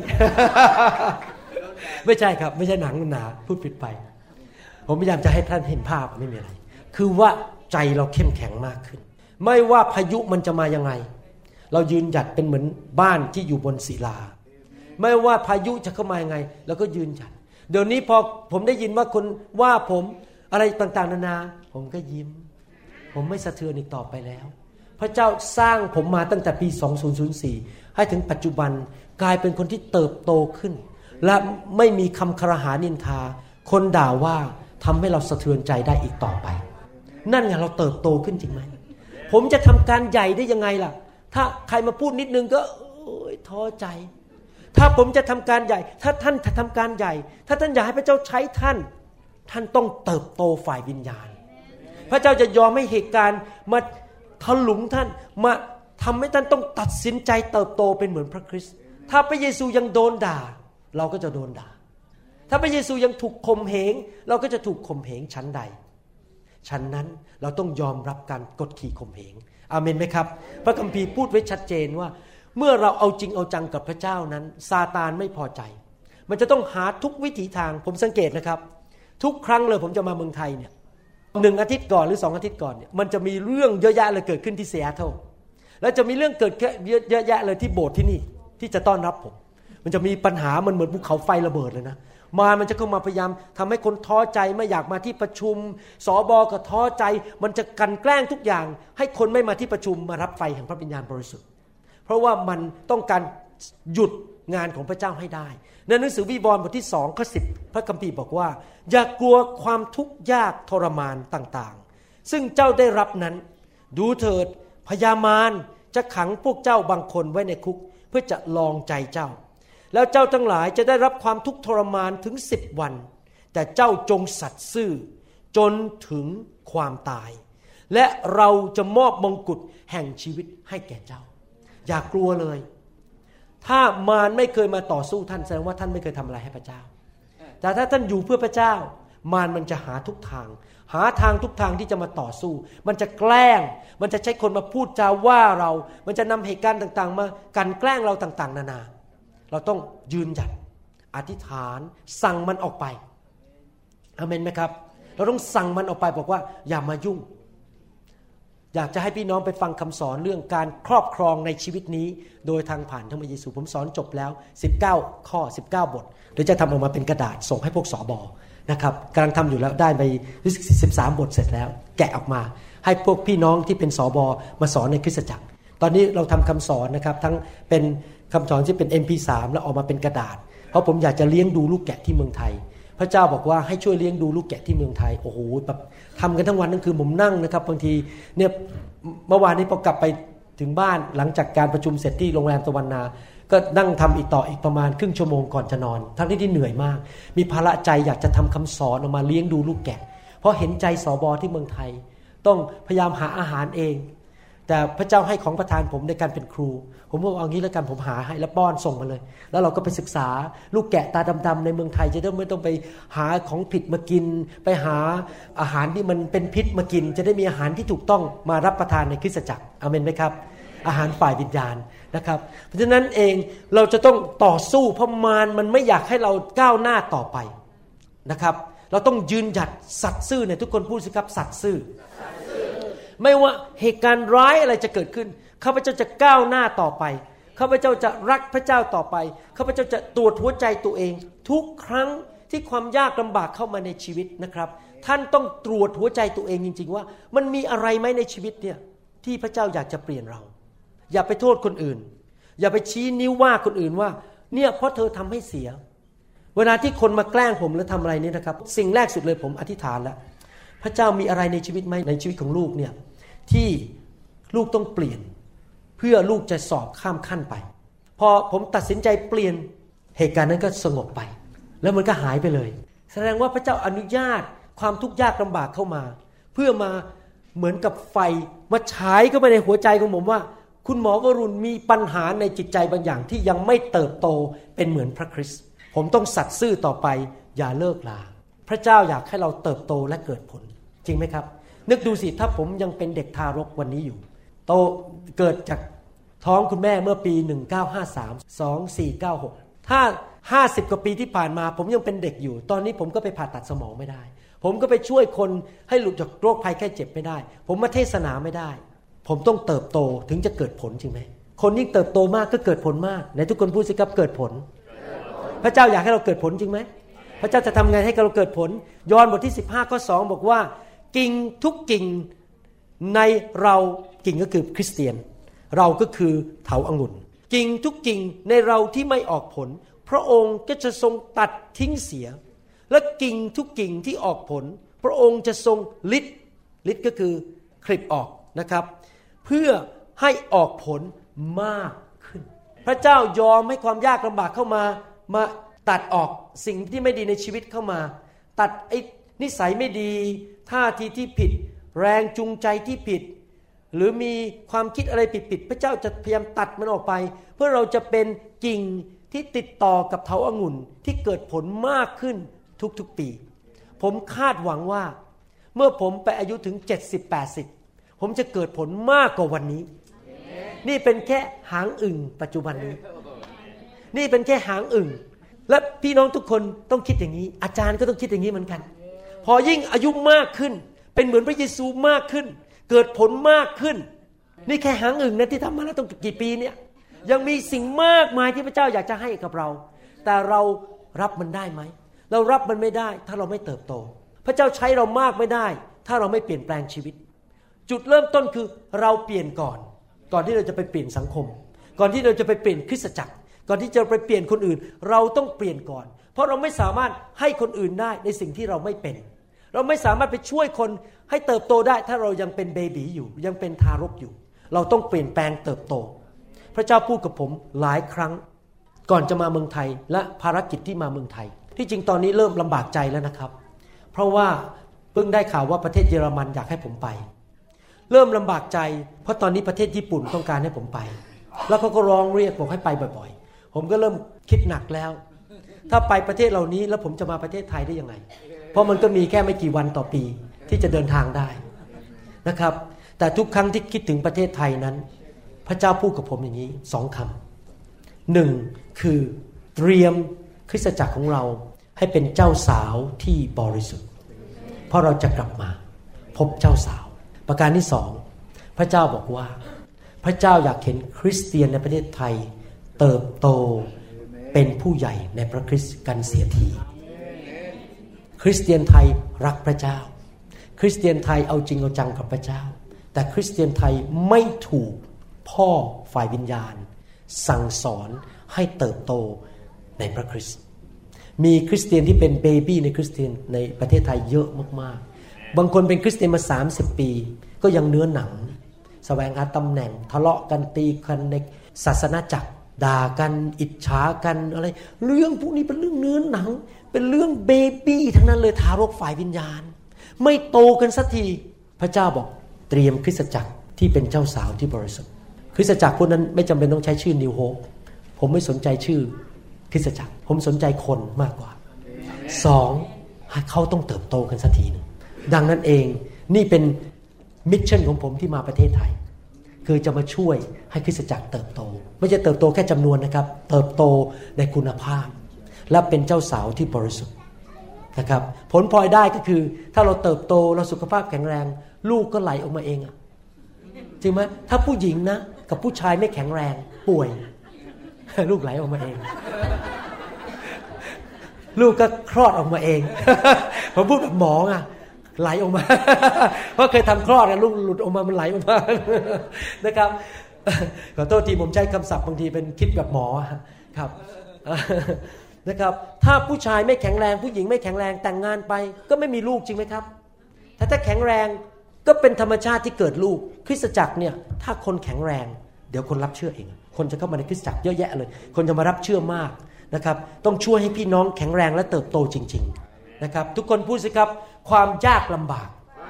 ไม่ใช่ครับไม่ใช่หนังมันหนาพูดผิดไปผมพยายามจะให้ท่านเห็นภาพไม่มีอะไรคือว่าใจเราเข้มแข็งมากขึ้นไม่ว่าพายุมันจะมายังไงเรายืนหยัดเป็นเหมือนบ้านที่อยู่บนศิลาไม่ว่าพายุจะเข้ามายังไงเราก็ยืนหยัดเดี๋ยวนี้พอผมได้ยินว่าคนว่าผมอะไรต่างๆนานาผมก็ยิ้มผมไม่สะเทือนอีกต่อไปแล้วพระเจ้าสร้างผมมาตั้งแต่ปี2004ให้ถึงปัจจุบันกลายเป็นคนที่เติบโตขึ้นและไม่มีคำครหานินทาคนด่าว่าทำให้เราสะเทือนใจได้อีกต่อไปนั่นไงเราเติบโตขึ้นจริงไหมผมจะทำการใหญ่ได้ยังไงล่ะถ้าใครมาพูดนิดนึงก็ท้อใจถ้าผมจะทำการใหญ่ถ้าท่านทำการใหญ่ถ้าท่านอยากให้พระเจ้าใช้ท่านต้องเติบโตฝ่ายวิญญาณพระเจ้าจะยอมให้เหตุการณ์มาถลุงท่านมาทำให้ท่านต้องตัดสินใจเติบโตเป็นเหมือนพระคริสต์ถ้าพระเยซูยังโดนด่าเราก็จะโดนด่าถ้าพระเยซูยังถูกข่มเหงเราก็จะถูกข่มเหงชั้นใดชั้นนั้นเราต้องยอมรับการกดขี่ข่มเหงอาเมนไหมครับพระคัมภีร์พูดไว้ชัดเจนว่าเมื่อเราเอาจริงเอาจังกับพระเจ้านั้นซาตานไม่พอใจมันจะต้องหาทุกวิถีทางผมสังเกตนะครับทุกครั้งเลยผมจะมาเมืองไทยเนี่ย1 อาทิตย์ก่อนหรือ2 อาทิตย์ก่อนเนี่ยมันจะมีเรื่องเยอะแยะเลยเกิดขึ้นที่ซีแอตเทิลแล้วจะมีเรื่องเกิดเยอะแยะเลยที่โบสถ์ที่นี่ที่จะต้อนรับผมมันจะมีปัญหามันเหมือนภูเขาไฟระเบิดเลยนะมันจะเข้ามาพยายามทำให้คนท้อใจไม่อยากมาที่ประชุมสบก็ท้อใจมันจะกันแกล้งทุกอย่างให้คนไม่มาที่ประชุมมารับไฟแห่งพระวิญญาณบริสุทธิ์เพราะว่ามันต้องการหยุดงานของพระเจ้าให้ได้ในหนังสือวิวรณ์บทที่2ข้อ10พระคัมภีร์บอกว่าอย่ากลัวความทุกข์ยากทรมานต่างๆซึ่งเจ้าได้รับนั้นดูเถิดพญามารจะขังพวกเจ้าบางคนไว้ในคุกเพื่อจะลองใจเจ้าแล้วเจ้าทั้งหลายจะได้รับความทุกข์ทรมานถึง10 วันแต่เจ้าจงสัตย์ซื่อจนถึงความตายและเราจะมอบมงกุฎแห่งชีวิตให้แก่เจ้าอย่ากลัวเลยถ้ามารไม่เคยมาต่อสู้ท่านแสดงว่าท่านไม่เคยทำอะไรให้พระเจ้าแต่ถ้าท่านอยู่เพื่อพระเจ้ามารมันจะหาทุกทางทุกทางที่จะมาต่อสู้มันจะแกล้งมันจะใช้คนมาพูดจาว่าเรามันจะนำเหตุการณ์ต่างๆมากันแกล้งเราต่างๆนานาเราต้องยืนหยัดอธิษฐานสั่งมันออกไปอาเมนไหมครับเราต้องสั่งมันออกไปบอกว่าอย่ามายุ่งอยากจะให้พี่น้องไปฟังคำสอนเรื่องการครอบครองในชีวิตนี้โดยทางผ่านพระเยซูผมสอนจบแล้ว19ข้อ19บทเดี๋ยวจะทำออกมาเป็นกระดาษส่งให้พวกสบนะครับกำลังทำอยู่แล้วได้ไป13บทเสร็จแล้วแกะออกมาให้พวกพี่น้องที่เป็นสบมาสอนในคริสตจักรตอนนี้เราทำคำสอนนะครับทั้งเป็นคำสอนที่เป็น MP3 แล้วออกมาเป็นกระดาษเพราะผมอยากจะเลี้ยงดูลูกแกะที่เมืองไทยพระเจ้าบอกว่าให้ช่วยเลี้ยงดูลูกแกะที่เมืองไทยโอ้โหแบบทำกันทั้งวันทั้งคืนผมนั่งนะครับบางทีเนี่ยเมื่อวานนี้พอกลับไปถึงบ้านหลังจากการประชุมเสร็จที่โรงแรมตะวันนาก็นั่งทำอีกประมาณครึ่งชั่วโมงก่อนจะนอนทั้งที่เหนื่อยมากมีภาระใจอยากจะทำคำสอนออกมาเลี้ยงดูลูกแกะเพราะเห็นใจสบที่เมืองไทยต้องพยายามหาอาหารเองแต่พระเจ้าให้ของประทานผมในการเป็นครูผมบอกเอางี้แล้วกันผมหาให้แล้วป้อนส่งมาเลยแล้วเราก็ไปศึกษาลูกแกะตาดำๆในเมืองไทยจะได้ไม่ต้องไปหาของผิดมากินไปหาอาหารที่มันเป็นพิษมากินจะได้มีอาหารที่ถูกต้องมารับประทานในคริสตจักรอาเมนไหมครับอาหารฝ่ายวิญญาณนะครับเพราะฉะนั้นเองเราจะต้องต่อสู้เพราะมารมันไม่อยากให้เราก้าวหน้าต่อไปนะครับเราต้องยืนหยัดสัตย์ซื่อเนี่ยทุกคนพูดสิครับสัตย์ซื่อไม่ว่าเหตุการณ์ร้ายอะไรจะเกิดขึ้นข้าพเจ้าจะก้าวหน้าต่อไปข้าพเจ้าจะรักพระเจ้าต่อไปข้าพเจ้าจะตรวจหัวใจตัวเองทุกครั้งที่ความยากลำบากเข้ามาในชีวิตนะครับท่านต้องตรวจหัวใจตัวเองจริงๆว่ามันมีอะไรไหมในชีวิตเนี่ยที่พระเจ้าอยากจะเปลี่ยนเราอย่าไปโทษคนอื่นอย่าไปชี้นิ้วว่าคนอื่นว่าเนี่ยเพราะเธอทำให้เสียเวลาที่คนมาแกล้งผมแล้วทำอะไรนี่นะครับสิ่งแรกสุดเลยผมอธิษฐานแล้วพระเจ้ามีอะไรในชีวิตไหมในชีวิตของลูกเนี่ยที่ลูกต้องเปลี่ยนเพื่อลูกจะสอบข้ามขั้นไปพอผมตัดสินใจเปลี่ยนเหตุการณ์นั้นก็สงบไปแล้วมันก็หายไปเลยแสดงว่าพระเจ้าอนุญาตความทุกข์ยากลำบากเข้ามาเพื่อมาเหมือนกับไฟมาฉายเข้าไปในหัวใจของผมว่าคุณหมอวรุณมีปัญหาในจิตใจบางอย่างที่ยังไม่เติบโตเป็นเหมือนพระคริสต์ผมต้องสัตย์ซื่อต่อไปอย่าเลิกลาพระเจ้าอยากให้เราเติบโตและเกิดผลจริงไหมครับนึกดูสิถ้าผมยังเป็นเด็กทารกวันนี้อยู่โตเกิดจากท้องคุณแม่เมื่อปี1953 2496ถ้า50กว่าปีที่ผ่านมาผมยังเป็นเด็กอยู่ตอนนี้ผมก็ไปผ่าตัดสมองไม่ได้ผมก็ไปช่วยคนให้หลุดจากโรคภัยแค่เจ็บไม่ได้ผมมาเทศนาไม่ได้ผมต้องเติบโตถึงจะเกิดผลจริงไหมคนยิ่งเติบโตมากก็เกิดผลมากในทุกคนพูดสิครับเกิดผลพระเจ้าอยากให้เราเกิดผลจริงไหมพระเจ้าจะทำไงให้เราเกิดผลยอห์นบทที่15ข้อ2บอกว่ากิ่งทุกกิ่งในเรากิ่งก็คือคริสเตียนเราก็คือเถาองุ่นกิ่งทุกกิ่งในเราที่ไม่ออกผลพระองค์ก็จะทรงตัดทิ้งเสียและกิ่งทุกกิ่งที่ออกผลพระองค์จะทรงลิดก็คือคลิปออกนะครับเพื่อให้ออกผลมากขึ้นพระเจ้ายอมให้ความยากลำบากเข้ามาตัดออกสิ่งที่ไม่ดีในชีวิตเข้ามาตัดไอ้นิสัยไม่ดีท่าทีที่ผิดแรงจูงใจที่ผิดหรือมีความคิดอะไรผิดๆพระเจ้าจะพยายามตัดมันออกไปเพื่อเราจะเป็นกิ่งที่ติดต่อกับเถาองุ่นที่เกิดผลมากขึ้นทุกๆปีผมคาดหวังว่าเมื่อผมไปอายุถึง70-80ผมจะเกิดผลมากกว่าวันนี้นี่เป็นแค่หางอึ่งปัจจุบันนี้นี่เป็นแค่หางอึ่งและพี่น้องทุกคนต้องคิดอย่างนี้อาจารย์ก็ต้องคิดอย่างนี้เหมือนกันพอยิ่งอายุมากขึ้นเป็นเหมือนพระเยซูมากขึ้นเกิดผลมากขึ้นนี่แค่หางอึ่งนะที่ทำมาแล้วต้องกี่ปีเนี่ยยังมีสิ่งมากมายที่พระเจ้าอยากจะให้กับเราแต่เรารับมันได้ไหมเรารับมันไม่ได้ถ้าเราไม่เติบโตพระเจ้าใช้เรามากไม่ได้ถ้าเราไม่เปลี่ยนแปลงชีวิตจุดเริ่มต้นคือเราเปลี่ยนก่อนที่เราจะไปเปลี่ยนสังคมก่อนที่เราจะไปเปลี่ยนคริสตจักรก่อนที่จะไปเปลี่ยนคนอื่นเราต้องเปลี่ยนก่อนเพราะเราไม่สามารถให้คนอื่นได้ในสิ่งที่เราไม่เป็นเราไม่สามารถไปช่วยคนให้เติบโตได้ถ้าเรายังเป็นเบบีอยู่ยังเป็นทารกอยู่เราต้องเปลี่ยนแปลงเติบโตพระเจ้าพูดกับผมหลายครั้งก่อนจะมาเมืองไทยและภารกิจที่มาเมืองไทยที่จริงตอนนี้เริ่มลำบากใจแล้วนะครับเพราะว่าเพิ่งได้ข่าวว่าประเทศเยอรมันอยากให้ผมไปเริ่มลำบากใจเพราะตอนนี้ประเทศญี่ปุ่นต้องการให้ผมไปแล้วเขาก็ร้องเรียกบอกให้ไปบ่อยๆผมก็เริ่มคิดหนักแล้วถ้าไปประเทศเหล่านี้แล้วผมจะมาประเทศไทยได้ยังไงเพราะมันก็มีแค่ไม่กี่วันต่อปีที่จะเดินทางได้นะครับแต่ทุกครั้งที่คิดถึงประเทศไทยนั้นพระเจ้าพูดกับผมอย่างนี้2 คำ 1คือเตรียมคริสตจักรของเราให้เป็นเจ้าสาวที่บริสุทธิ์เพราะเราจะกลับมาพบเจ้าสาวประการที่2พระเจ้าบอกว่าพระเจ้าอยากเห็นคริสเตียนในประเทศไทยเติบโตเป็นผู้ใหญ่ในพระคริสต์กันเสียทีคริสเตียนไทยรักพระเจ้าคริสเตียนไทยเอาจริงเอาจังกับพระเจ้าแต่คริสเตียนไทยไม่ถูกพ่อฝ่ายวิญญาณสั่งสอนให้เติบโตในพระคริสต์มีคริสเตียนที่เป็นเบบี้ในคริสเตียนในประเทศไทยเยอะมากๆบางคนเป็นคริสเตียนมา30 ปีก็ยังเนื้อหนังแสวงหาตำแหน่งทะเลาะกันตีกันในศาสนาจักรด่ากันอิจฉากันอะไรเรื่องพวกนี้เป็นเรื่องเนื้อหนังเป็นเรื่องเบบี้ทั้งนั้นเลยทารกฝ่ายวิญญาณไม่โตกันสักทีพระเจ้าบอกเตรียมคริสตจักรที่เป็นเจ้าสาวที่บริสุทธิ์คริสตจักรพวกนั้นไม่จำเป็นต้องใช้ชื่อ New Hope ผมไม่สนใจชื่อคริสตจักรผมสนใจคนมากกว่า2ให้เขาต้องเติบโตกันสักทีนึงดังนั้นเองนี่เป็นมิชชั่นของผมที่มาประเทศไทยคือจะมาช่วยให้คริสตจักรเติบโตไม่ใช่เติบโตแค่จำนวนนะครับเติบโตในคุณภาพและเป็นเจ้าสาวที่บริสุทธิ์นะครับผลพลอยได้ก็คือถ้าเราเติบโตเราสุขภาพแข็งแรงลูกก็ไหลออกมาเองจริงไหมถ้าผู้หญิงนะกับผู้ชายไม่แข็งแรงป่วยลูกไหลออกมาเองลูกก็คลอดออกมาเองผมพูดแบบหมอไงไหลออกมาเพราะเคยทำคลอดลูกหลุดออกมามันไหลออกมานะครับขอโทษทีผมใช้คำศัพท์บางทีเป็นคิดแบบหมอครับนะครับถ้าผู้ชายไม่แข็งแรงผู้หญิงไม่แข็งแรงแต่งงานไปก็ไม่มีลูกจริงไหมครับถ้าแข็งแรงก็เป็นธรรมชาติที่เกิดลูกคริสตจักรเนี่ยถ้าคนแข็งแรงเดี๋ยวคนรับเชื่อเองคนจะเข้ามาในคริสตจักรเยอะแยะเลยคนจะมารับเชื่อมากนะครับต้องช่วยให้พี่น้องแข็งแรงและเติบโตจริงๆนะครับทุกคนพูดสิครับความยากลำบาก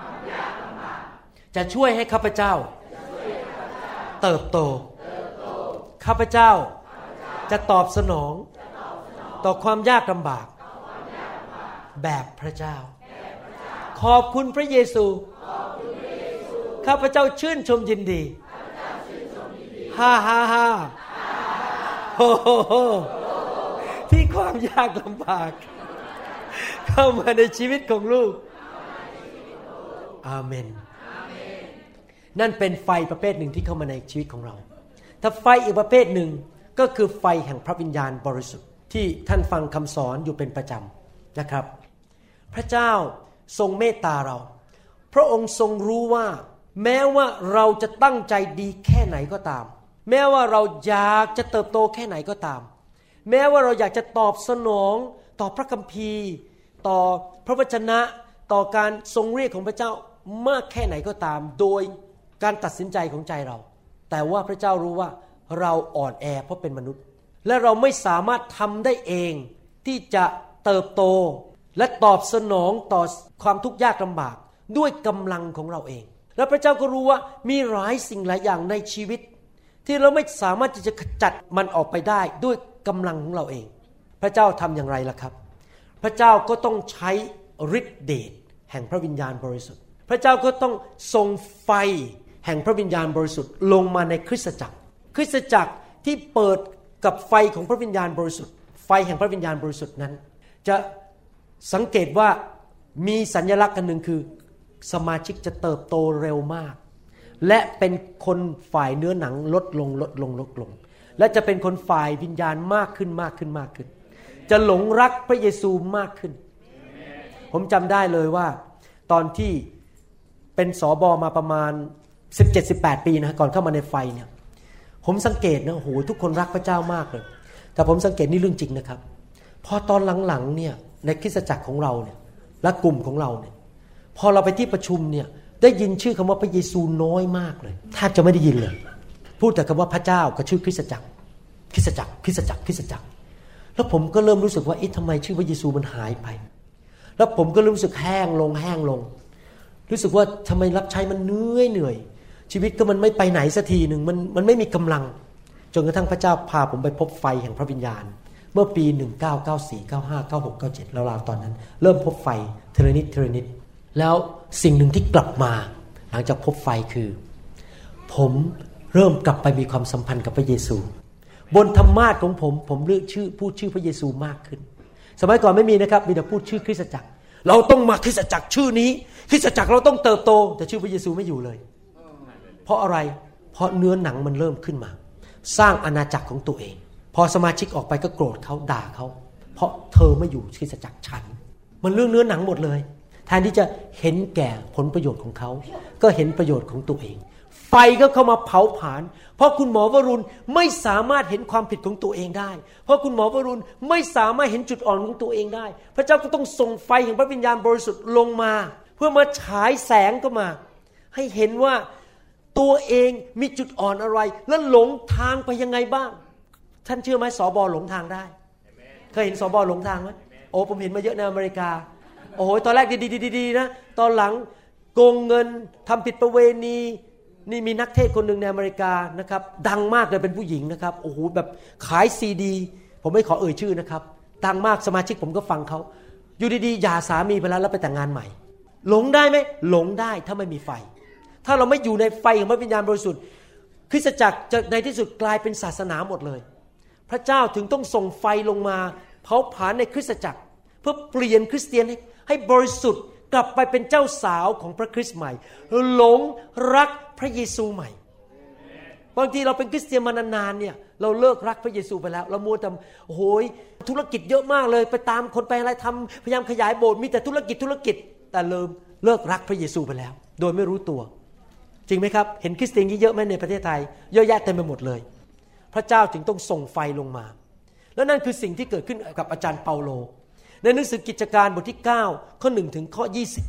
จะช่วยให้ข้าพเจ้าเติบโตข้าพเจ้าจะตอบสนองต่อความยากลำบากแบบพระเจ้าขอบคุณพระเยซูข้าพเจ้าชื่นชมยินดีฮ่าฮ่าฮ่าโฮโฮโฮที่ความยากลำบากเข้ามาในชีวิตของลูกอาเมนนั่นเป็นไฟประเภทหนึ่งที่เข้ามาในชีวิตของเราถ้าไฟอีกประเภทหนึ่งก็คือไฟแห่งพระวิญญาณบริสุทธิ์ที่ท่านฟังคำสอนอยู่เป็นประจำนะครับพระเจ้าทรงเมตตาเราพระองค์ทรงรู้ว่าแม้ว่าเราจะตั้งใจดีแค่ไหนก็ตามแม้ว่าเราอยากจะเติบโตแค่ไหนก็ตามแม้ว่าเราอยากจะตอบสนองต่อพระคัมภีร์ต่อพระวจนะต่อการทรงเรียกของพระเจ้ามากแค่ไหนก็ตามโดยการตัดสินใจของใจเราแต่ว่าพระเจ้ารู้ว่าเราอ่อนแอเพราะเป็นมนุษย์และเราไม่สามารถทำได้เองที่จะเติบโตและตอบสนองต่อความทุกข์ยากลำบากด้วยกำลังของเราเองและพระเจ้าก็รู้ว่ามีหลายสิ่งหลายอย่างในชีวิตที่เราไม่สามารถที่จะขจัดมันออกไปได้ด้วยกำลังของเราเองพระเจ้าทำอย่างไรล่ะครับพระเจ้าก็ต้องใช้ฤทธิเดชแห่งพระวิญญาณบริสุทธิ์พระเจ้าก็ต้องส่งไฟแห่งพระวิญญาณบริสุทธิ์ลงมาในคริสตจักรคริสตจักรที่เปิดกับไฟของพระวิญญาณบริสุทธิ์ไฟแห่งพระวิญญาณบริสุทธิ์นั้นจะสังเกตว่ามีสัญลักษณ์อันหนึ่งคือสมาชิกจะเติบโตเร็วมากและเป็นคนฝ่ายเนื้อหนังลดลงและจะเป็นคนฝ่ายวิญญาณมากขึ้นจะหลงรักพระเยซูมากขึ้นผมจำได้เลยว่าตอนที่เป็นสบมาประมาณ 17-18 ปีนะก่อนเข้ามาในไฟเนี่ยผมสังเกตนะโอ้โหทุกคนรักพระเจ้ามากเลยแต่แต่ผมสังเกตนี่เรื่องจริงนะครับพอตอนหลังๆเนี่ยในคริสตจักรของเราเนี่ยและกลุ่มของเราเนี่ยพอเราไปที่ประชุมเนี่ยได้ยินชื่อคำว่าพระเยซูน้อยมากเลยแทบจะไม่ได้ยินเลยพูดแต่คำว่าพระเจ้ากับชื่อคริสตจักรคริสตจักรคริสตจักรคริสตจักรแล้วผมก็เริ่มรู้สึกว่าทำไมชื่อพระเยซูมันหายไปแล้วผมก็รู้สึกแห้งลงรู้สึกว่าทำไมรับใช้มันเหนื่อยชีวิตก็มันไม่ไปไหนสักทีนึงมันไม่มีกำลังจนกระทั่งพระเจ้าพาผมไปพบไฟแห่งพระวิญญาณเมื่อปี1994 95 96 97ราวๆตอนนั้นเริ่มพบไฟเทเลนิดแล้วสิ่งหนึ่งที่กลับมาหลังจากพบไฟคือผมเริ่มกลับไปมีความสัมพันธ์กับพระเยซูบนธรรมาสน์ของผมเลือกพูดชื่อพระเยซูมากขึ้นสมัยก่อนไม่มีนะครับมีแต่พูดชื่อคริสตจักรเราต้องมาคริสตจักรชื่อนี้คริสตจักรเราต้องเติบโตแต่ชื่อพระเยซูไม่อยู่เลยเพราะอะไรเพราะเนื้อหนังมันเริ่มขึ้นมาสร้างอาณาจักรของตัวเองพอสมาชิกออกไปก็โกรธเขาด่าเขาเพราะเธอไม่อยู่คริสตจักรฉันมันเรื่องเนื้อหนังหมดเลยแทนที่จะเห็นแก่ผลประโยชน์ของเขาก็เห็นประโยชน์ของตัวเองไฟก็เข้ามาเผาผลาญเพราะคุณหมอวรุณไม่สามารถเห็นความผิดของตัวเองได้เพราะคุณหมอวรุณไม่สามารถเห็นจุดอ่อนของตัวเองได้พระเจ้าก็ต้องส่งไฟแห่งพระวิญญาณบริสุทธิ์ลงมาเพื่อมาฉายแสงเข้ามาให้เห็นว่าตัวเองมีจุดอ่อนอะไรและหลงทางไปยังไงบ้างท่านเชื่อไหมสบหลงทางได้เคยเห็นสบหลงทางไหมโอ้ผมเห็นมาเยอะในอเมริกาโอ้โหตอนแรกดีๆนะตอนหลังโกงเงินทำผิดประเวณีนี่มีนักเทศคนหนึ่งในอเมริกานะครับดังมากเลยเป็นผู้หญิงนะครับโอ้โหแบบขายซีดีผมไม่ขอเอ่ยชื่อนะครับดังมากสมาชิกผมก็ฟังเขาอยู่ดีๆหย่าสามีไปแล้วไปแต่งงานใหม่หลงได้ไหมหลงได้ถ้าไม่มีไฟถ้าเราไม่อยู่ในไฟของพระวิญญาณบริสุทธิ์คริสตจักรจะในที่สุดกลายเป็นศาสนาหมดเลยพระเจ้าถึงต้องส่งไฟลงมาเผาผลาญในคริสตจักรเพื่อเปลี่ยนคริสเตียนให้บริสุทธิ์กลับไปเป็นเจ้าสาวของพระคริสต์ใหม่หลงรักพระเยซูใหม่บางทีเราเป็นคริสเตียนมานานๆเนี่ยเราเลิกรักพระเยซูไปแล้วเรามัวแต่โอ้โหธุรกิจเยอะมากเลยไปตามคนไปอะไรทำพยายามขยายโบสถ์มีแต่ธุรกิจแต่เลิกรักพระเยซูไปแล้วโดยไม่รู้ตัวจริงไหมครับเห็นคริสเตียนเยอะไหมในประเทศไทยเยอะแยะเต็มไปหมดเลยพระเจ้าจึงต้องส่งไฟลงมาแล้วนั่นคือสิ่งที่เกิดขึ้นกับอาจารย์เปาโลในหนังสือกิจการบทที่9ข้อ1ถึงข้อ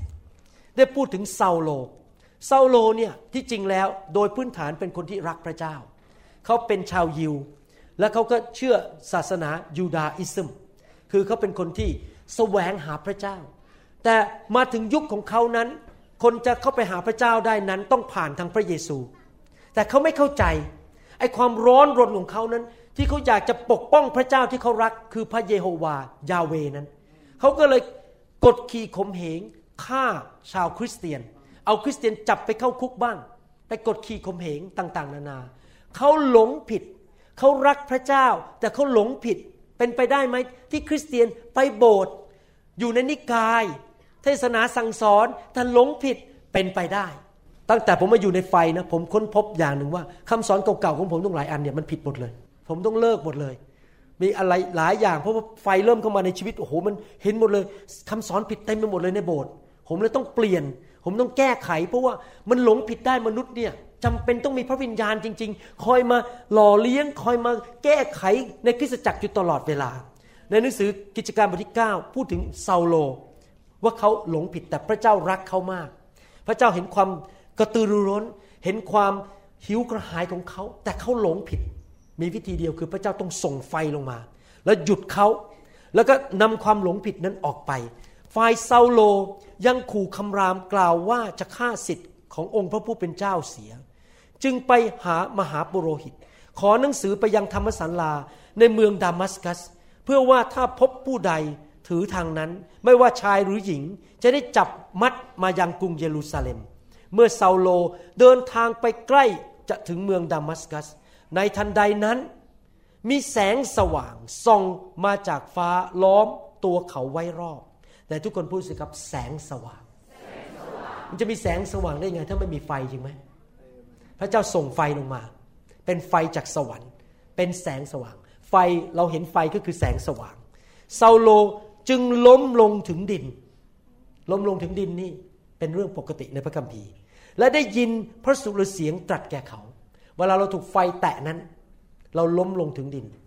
20ได้พูดถึงซาโลเนี่ยที่จริงแล้วโดยพื้นฐานเป็นคนที่รักพระเจ้าเขาเป็นชาวยิวและเขาก็เชื่อศาสนายูดาอิซึมคือเขาเป็นคนที่แสวงหาพระเจ้าแต่มาถึงยุคของเขานั้นคนจะเข้าไปหาพระเจ้าได้นั้นต้องผ่านทางพระเยซูแต่เขาไม่เข้าใจไอ้ความร้อนรนของเขานั้นที่เขาอยากจะปกป้องพระเจ้าที่เขารักคือพระเยโฮวาห์ยาเวนั้นเขาก็เลยกดขี่ข่มเหงฆ่าชาวคริสเตียนเอาคริสเตียนจับไปเข้าคุกบ้างไปกดขี่ข่มเหงต่างๆนานาเขาหลงผิดเขารักพระเจ้าแต่เขาหลงผิดเป็นไปได้ไหมที่คริสเตียนไปโบสถ์อยู่ในนิกายเทศนาสั่งสอนแต่หลงผิดเป็นไปได้ตั้งแต่ผมมาอยู่ในไฟนะผมค้นพบอย่างหนึ่งว่าคำสอนเก่าๆของผมต้องหลายอันเนี่ยมันผิดหมดเลยผมต้องเลิกหมดเลยมีอะไรหลายอย่างเพราะว่าไฟเริ่มเข้ามาในชีวิตโอ้โหมันเห็นหมดเลยคำสอนผิดเต็มไปหมดเลยในโบสถ์ผมเลยต้องเปลี่ยนผมต้องแก้ไขเพราะว่ามันหลงผิดได้มนุษย์เนี่ยจำเป็นต้องมีพระวิญญาณจริงๆคอยมาหล่อเลี้ยงคอยมาแก้ไขในคริสตจักรอยู่ตลอดเวลาในหนังสือกิจการบทที่9พูดถึงซาโลว่าเขาหลงผิดแต่พระเจ้ารักเขามากพระเจ้าเห็นความกระตือรือร้นเห็นความหิวกระหายของเขาแต่เขาหลงผิดมีวิธีเดียวคือพระเจ้าต้องส่งไฟลงมาแล้วหยุดเขาแล้วก็นำความหลงผิดนั้นออกไปฝ่ายซาโลยังขู่คำรามกล่าวว่าจะฆ่าศิษย์ขององค์พระผู้เป็นเจ้าเสียจึงไปหามหาปุโรหิตขอหนังสือไปยังธรรมศาลาในเมืองดามัสกัสเพื่อว่าถ้าพบผู้ใดถือทางนั้นไม่ว่าชายหรือหญิงจะได้จับมัดมายังกรุงเยรูซาเล็มเมื่อซาโลเดินทางไปใกล้จะถึงเมืองดามัสกัสในทันใดนั้นมีแสงสว่างส่องมาจากฟ้าล้อมตัวเขาไว้รอบแต่ทุกคนพูดสิครับแสงสว่างมันจะมีแสงสว่างได้ไงถ้าไม่มีไฟจริงไหมพระเจ้าส่งไฟลงมาเป็นไฟจากสวรรค์เป็นแสงสว่างไฟเราเห็นไฟก็คือแสงสว่างซาโลจึงล้มลงถึงดินนี่เป็นเรื่องปกติในพระคัมภีร์และได้ยินพระสุรเสียงตรัสแก่เขาเวลาเราถูกไฟแตะนั้นเราล้มลงถึงดิน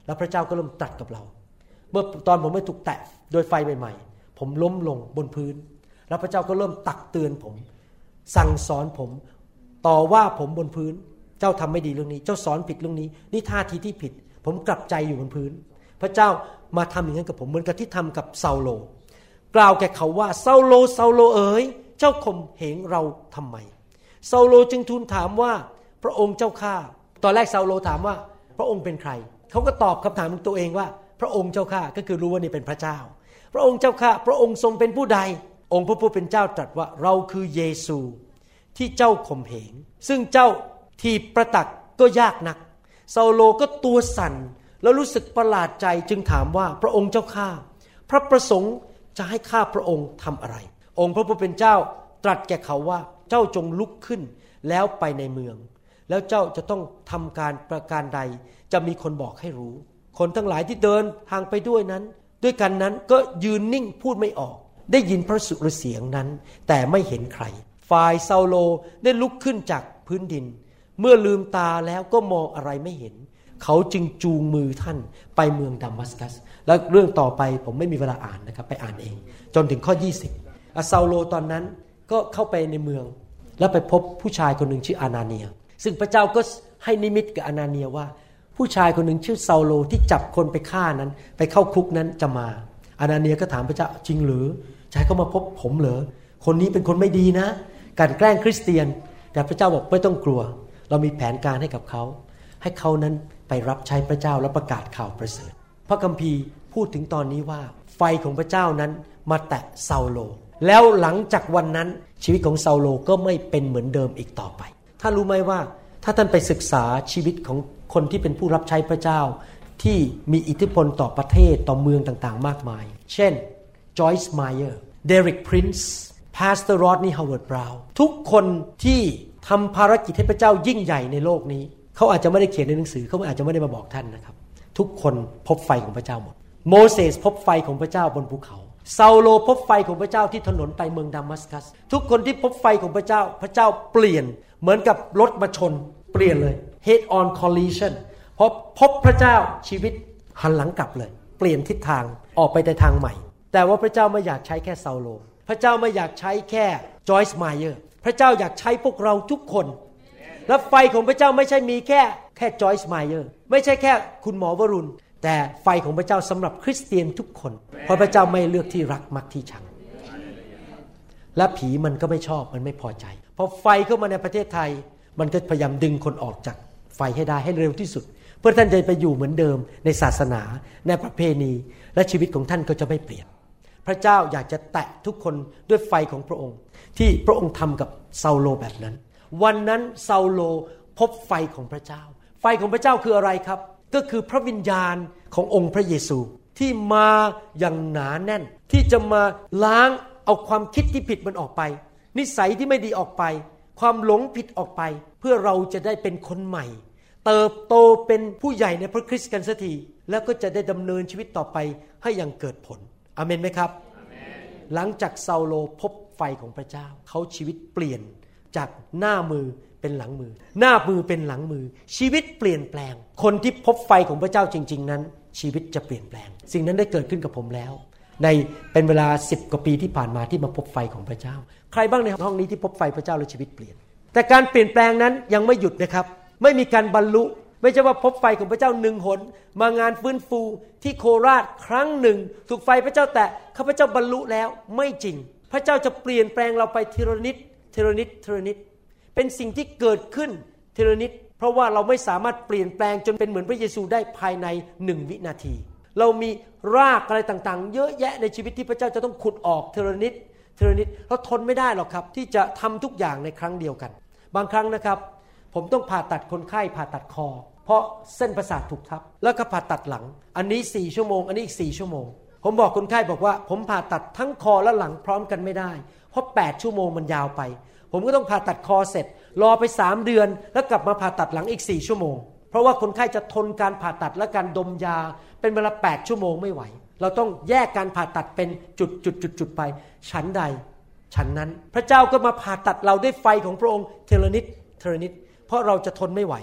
แล้วพระเจ้าก็เริ่มตรัสกับเราเมื่อตอนผมไม่ถูกแตะโดยไฟใหม่ๆผมล้มลงบนพื้นแล้วพระเจ้าก็เริ่มตักเตือนผมสั่งสอนผมต่อว่าผมบนพื้นเจ้าทำไม่ดีเรื่องนี้เจ้าสอนผิดเรื่องนี้นี่ท่าทีที่ผิดผมกลับใจอยู่บนพื้นพระเจ้ามาทำอย่างนั้นกับผมเหมือนกับที่ทำกับซาโลกล่าวแก่เขาว่าซาโลซาโลเอ๋ยเจ้าข่มเหงเราทำไมซาโลจึงทูลถามว่าพระองค์เจ้าข้าตอนแรกซาโลถามว่าพระองค์เป็นใครเขาก็ตอบคำถามของตัวเองว่าพระองค์เจ้าข้าก็คือรู้ว่านี่เป็นพระเจ้าพระองค์เจ้าข้าพระองค์ทรงเป็นผู้ใดองค์พระผู้เป็นเจ้าตรัสว่าเราคือเยซูที่เจ้าข่มเหงซึ่งเจ้าถีบประตักก็ยากนักซาโลก็ตัวสั่นแล้วรู้สึกประหลาดใจจึงถามว่าพระองค์เจ้าข้าพระประสงค์จะให้ข้าพระองค์ทำอะไรองค์พระผู้เป็นเจ้าตรัสแก่เขาว่าเจ้าจงลุกขึ้นแล้วไปในเมืองแล้วเจ้าจะต้องทำการประการใดจะมีคนบอกให้รู้คนทั้งหลายที่เดินทางไปด้วยกันนั้นก็ยืนนิ่งพูดไม่ออกได้ยินพระสุรเสียงนั้นแต่ไม่เห็นใครฝ่ายซาโลได้ลุกขึ้นจากพื้นดินเมื่อลืมตาแล้วก็มองอะไรไม่เห็นเขาจึงจูงมือท่านไปเมืองดามัสกัสแล้วเรื่องต่อไปผมไม่มีเวลาอ่านนะครับไปอ่านเองจนถึงข้อ20ซาโลตอนนั้นก็เข้าไปในเมืองแล้วไปพบผู้ชายคนหนึ่งชื่ออานาเนียซึ่งพระเจ้าก็ให้นิมิตกับอานาเนียว่าผู้ชายคนหนึ่งชื่อซาโลที่จับคนไปฆ่านั้นไปเข้าคุกนั้นจะมาอานาเนียก็ถามพระเจ้าจริงหรือจะให้เขามาพบผมเหรอคนนี้เป็นคนไม่ดีนะการแกล้งคริสเตียนแต่พระเจ้าบอกไม่ต้องกลัวเรามีแผนการให้กับเขาให้เขานั้นไปรับใช้พระเจ้าและประกาศข่าวประเสริฐพระคัมภีร์พูดถึงตอนนี้ว่าไฟของพระเจ้านั้นมาแตะซาโลแล้วหลังจากวันนั้นชีวิตของซาโลก็ไม่เป็นเหมือนเดิมอีกต่อไปถ้ารู้ไหมว่าถ้าท่านไปศึกษาชีวิตของคนที่เป็นผู้รับใช้พระเจ้าที่มีอิทธิพลต่อประเทศต่อเมืองต่างๆมากมายเช่นจอยส์ไมเออร์เดริกพรินซ์พาสเตอร์รอดนีย์ฮาวเวิร์ดบราวน์ทุกคนที่ทำภารกิจให้พระเจ้ายิ่งใหญ่ในโลกนี้เขาอาจจะไม่ได้เขียนในหนังสือเขาอาจจะไม่ได้มาบอกท่านนะครับทุกคนพบไฟของพระเจ้าหมดโมเสสพบไฟของพระเจ้าบนภูเขาซาโลพบไฟของพระเจ้าที่ถนนไปเมืองดามัสกัสทุกคนที่พบไฟของพระเจ้าพระเจ้าเปลี่ยนเหมือนกับรถมาชนเปลี่ยนเลย head on collision พอพบพระเจ้าชีวิตหันหลังกลับเลยเปลี่ยนทิศทางออกไปในทางใหม่แต่ว่าพระเจ้าไม่อยากใช้แค่ซาโลพระเจ้าไม่อยากใช้แค่จอยส์ไมเออร์พระเจ้าอยากใช้พวกเราทุกคนและไฟของพระเจ้าไม่ใช่มีแค่จอยส์ไมเออร์ไม่ใช่แค่คุณหมอวรุณแต่ไฟของพระเจ้าสำหรับคริสเตียนทุกคนเพราะพระเจ้าไม่เลือกที่รักมักที่ชังและผีมันก็ไม่ชอบมันไม่พอใจพอไฟเข้ามาในประเทศไทยมันก็พยายามดึงคนออกจากไฟให้ได้ให้เร็วที่สุดเพื่อท่านจะไปอยู่เหมือนเดิมในศาสนาในประเพณีและชีวิตของท่านก็จะไม่เปลี่ยนพระเจ้าอยากจะแตะทุกคนด้วยไฟของพระองค์ที่พระองค์ทำกับซาโลแบบนั้นวันนั้นซาโลพบไฟของพระเจ้าไฟของพระเจ้าคืออะไรครับก็คือพระวิญญาณขององค์พระเยซูที่มาอย่างหนาแน่นที่จะมาล้างเอาความคิดที่ผิดมันออกไปนิสัยที่ไม่ดีออกไปความหลงผิดออกไปเพื่อเราจะได้เป็นคนใหม่เติบโตเป็นผู้ใหญ่ในพระคริสต์กันสักทีแล้วก็จะได้ดำเนินชีวิตต่อไปให้อย่างเกิดผลอาเมนไหมครับหลังจากซาโลพบไฟของพระเจ้าเขาชีวิตเปลี่ยนจากหน้ามือเป็นหลังมือหน้ามือเป็นหลังมือชีวิตเปลี่ยนแปลงคนที่พบไฟของพระเจ้าจริงๆนั้นชีวิตจะเปลี่ยนแปลงสิ่งนั้นได้เกิดขึ้นกับผมแล้วในเป็นเวลา10กว่าปีที่ผ่านมาที่มาพบไฟของพระเจ้าใครบ้างในห้องนี้ที่พบไฟพระเจ้าแล้วชีวิตเปลี่ยนแต่การเปลี่ยนแปลงนั้นยังไม่หยุดนะครับไม่มีการบรรลุไม่ใช่ว่าพบไฟของพระเจ้า1 หนมางานฟื้นฟูที่โคราชครั้งหนึ่งถูกไฟพระเจ้าแตะข้าพเจ้าบรรลุแล้วไม่จริงพระเจ้าจะเปลี่ยนแปลงเราไปทีละนิดทีละนิดทีละนิดเป็นสิ่งที่เกิดขึ้นทีละนิดเพราะว่าเราไม่สามารถเปลี่ยนแปลงจนเป็นเหมือนพระเยซูได้ภายใน1 วินาทีเรามีรากอะไรต่างๆเยอะแยะในชีวิตที่พระเจ้าจะต้องขุดออกทีละนิดทีละนิดเราทนไม่ได้หรอกครับที่จะทำทุกอย่างในครั้งเดียวกันบางครั้งนะครับผมต้องผ่าตัดคนไข้ผ่าตัดคอเพราะเส้นประสาทถูกทับแล้วก็ผ่าตัดหลังอันนี้4 ชั่วโมงอันนี้อีก4 ชั่วโมงผมบอกคนไข้บอกว่าผมผ่าตัดทั้งคอและหลังพร้อมกันไม่ได้เพราะ8 ชั่วโมงมันยาวไปผมก็ต้องผ่าตัดคอเสร็จรอไป3 เดือนแล้วกลับมาผ่าตัดหลังอีก4 ชั่วโมงเพราะว่าคนไข้จะทนการผ่าตัดและการดมยาเป็นเวลา8 ชั่วโมงไม่ไหวเราต้องแยกการผ่าตัดเป็นจุดๆๆไปฉันใดฉันนั้นพระเจ้าก็มาผ่าตัดเราด้วยไฟของพระองค์เทเลนิดเพราะเราจะทนไม่ไหว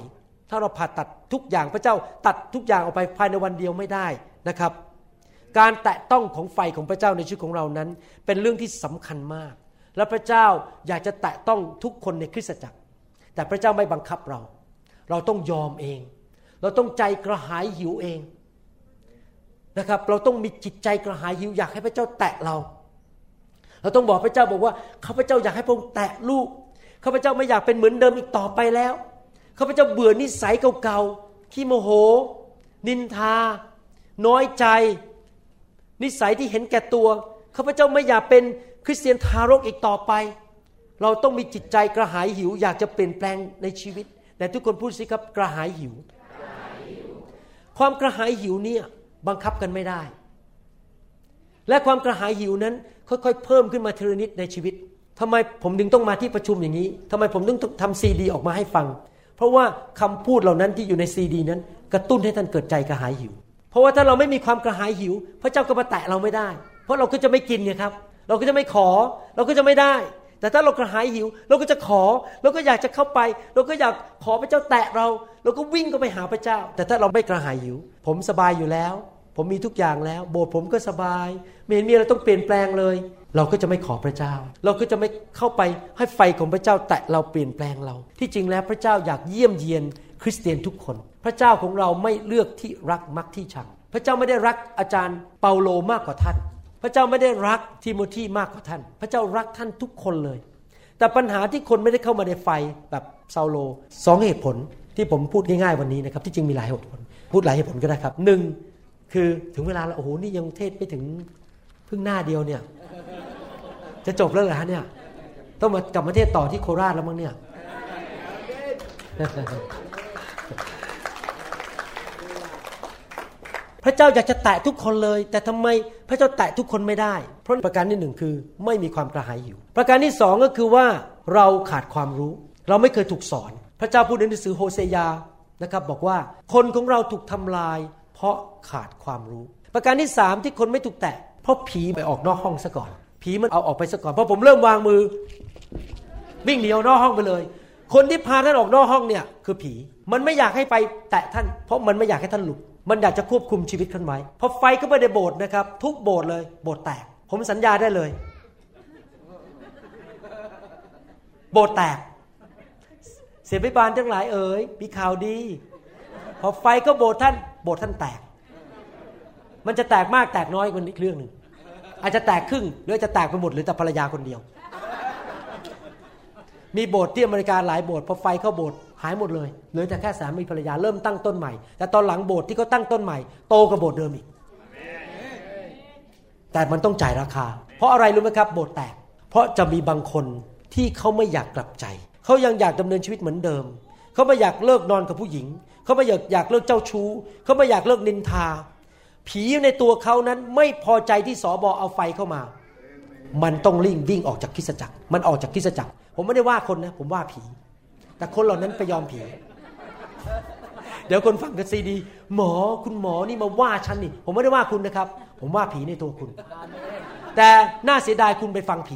ถ้าเราผ่าตัดทุกอย่างพระเจ้าตัดทุกอย่างออกไปภายในวันเดียวไม่ได้นะครับการแตะต้องของไฟของพระเจ้าในชีวิตของเรานั้นเป็นเรื่องที่สำคัญมากและพระเจ้าอยากจะแตะต้องทุกคนในคริสตจักรแต่พระเจ้าไม่บังคับเราต้องยอมเองเราต้องใจกระหายหิวเองนะครับเราต้องมีจิตใจกระหายหิวอยากให้พระเจ้าแตะเราต้องบอกพระเจ้าบอกว่าข้าพเจ้าอยากให้พระองค์แตะลูกข้าพเจ้าไม่อยากเป็นเหมือนเดิมอีกต่อไปแล้วข้าพเจ้าเบื่อนิสัยเก่าๆขี้โมโหนินทาน้อยใจนิสัยที่เห็นแก่ตัวข้าพเจ้าไม่อยากเป็นคริสเตียนทารกอีกต่อไปเราต้องมีจิตใจกระหายหิวอยากจะเปลี่ยนแปลงในชีวิตแต่ทุกคนพูดสิครับกระหายหิวความกระหายหิวเนี่ยบังคับกันไม่ได้และความกระหายหิวนั้นค่อยๆเพิ่มขึ้นมาทีละนิดในชีวิตทำไมผมถึงต้องมาที่ประชุมอย่างนี้ทำไมผมต้องทำซีดีออกมาให้ฟังเพราะว่าคำพูดเหล่านั้นที่อยู่ในซีดีนั้นกระตุ้นให้ท่านเกิดใจกระหายหิวเพราะว่าถ้าเราไม่มีความกระหายหิวพระเจ้าก็มาแตะเราไม่ได้เพราะเราก็จะไม่กินเนี่ยครับเราก็จะไม่ขอเราก็จะไม่ได้แต่ถ้าเรากระหายหิวเราก็จะขอเราก็อยากจะเข้าไปเราก็อยากขอพระเจ้าแตะเราก็วิ่งเข้าไปหาพระเจ้าแต่ถ้าเราไม่กระหายหิวผมสบายอยู่แล้วผมมีทุกอย่างแล้วโบสถ์ผมก็สบายไม่เห็นมีอะไรต้องเปลี่ยนแปลงเลยเราก็จะไม่ขอพระเจ้าเราก็จะไม่เข้าไปให้ไฟของพระเจ้าแตะเราเปลี่ยนแปลงเราที่จริงแล้วพระเจ้าอยากเยี่ยมเยียนคริสเตียนทุกคนพระเจ้าของเราไม่เลือกที่รักมักที่ชังพระเจ้าไม่ได้รักอาจารย์เปาโลมากกว่าท่านพระเจ้าไม่ได้รักทิโมธีมากกว่าท่านพระเจ้ารักท่านทุกคนเลยแต่ปัญหาที่คนไม่ได้เข้ามาในไฟแบบซาโล2เหตุผลที่ผมพูดง่ายๆวันนี้นะครับที่จริงมีหลายเหตุผลพูดหลายเหตุผลก็ได้ครับ1คือถึงเวลาแล้วโอ้โหนี่ยังเทศไม่ถึงเพิ่งหน้าเดียวเนี่ยจะจบแล้วเหรอฮะเนี่ยต้องมากลับมาเทศต่อที่โคราชแล้วมั้งเนี่ยพระเจ้าอยากจะแตะทุกคนเลยแต่ทำไมพระเจ้าแตะทุกคนไม่ได้เพราะประการที่1คือไม่มีความกระหายหิวประการที่2ก็คือว่าเราขาดความรู้เราไม่เคยถูกสอนพระเจ้าพูดในหนังสือโฮเซยานะครับบอกว่าคนของเราถูกทำลายเพราะขาดความรู้ประการที่3ที่คนไม่ถูกแตะเพราะผีไปออกนอกห้องซะก่อนผีมันเอาออกไปซะก่อนพอผมเริ่มวางมือวิ่งหนีออกนอกห้องไปเลยคนที่พาท่านออกนอกห้องเนี่ยคือผีมันไม่อยากให้ไปแตะท่านเพราะมันไม่อยากให้ท่านหลุดมันอยากจะควบคุมชีวิตท่านไว้พอไฟเข้าไปในโบสถ์นะครับทุกโบสถ์เลยโบสถ์แตกผมสัญญาได้เลยโบสถ์แตกเสียบิบาลทั้งหลายเอ๋ยมีข่าวดีพอไฟเข้าโบสถ์ท่านแตกมันจะแตกมากแตกน้อยเป็นอีกเรื่องนึงอาจจะแตกครึ่งหรือจะแตกไปหมดหรือแต่ภรรยาคนเดียวมีโบสถ์ที่อเมริกาหลายโบสถ์พอไฟเข้าโบสถ์หายหมดเลยเหลือแต่แค่สามีภรรยาเริ่มตั้งต้นใหม่แต่ตอนหลังโบสถ์ที่เขาตั้งต้นใหม่โตกว่าโบสถ์เดิมอีกแต่มันต้องจ่ายราคาเพราะอะไรรู้ไหมครับโบสถ์แตกเพราะจะมีบางคนที่เขาไม่อยากกลับใจเขายังอยากดำเนินชีวิตเหมือนเดิมเขาไม่อยากเลิกนอนกับผู้หญิงเขาไม่อยากเลิกเจ้าชู้เขาไม่อยากเลิกนินทาผีในตัวเขานั้นไม่พอใจที่สบเอาไฟเข้ามามันต้องวิ่งออกจากคริสตจักรมันออกจากคริสตจักรผมไม่ได้ว่าคนนะผมว่าผีแต่คนเหล่านั้นไปยอมผีเดี๋ยวคนฟังกันซีดีคุณหมอนี่มาว่าฉันนี่ผมไม่ได้ว่าคุณนะครับผมว่าผีในตัวคุณแต่น่าเสียดายคุณไปฟังผี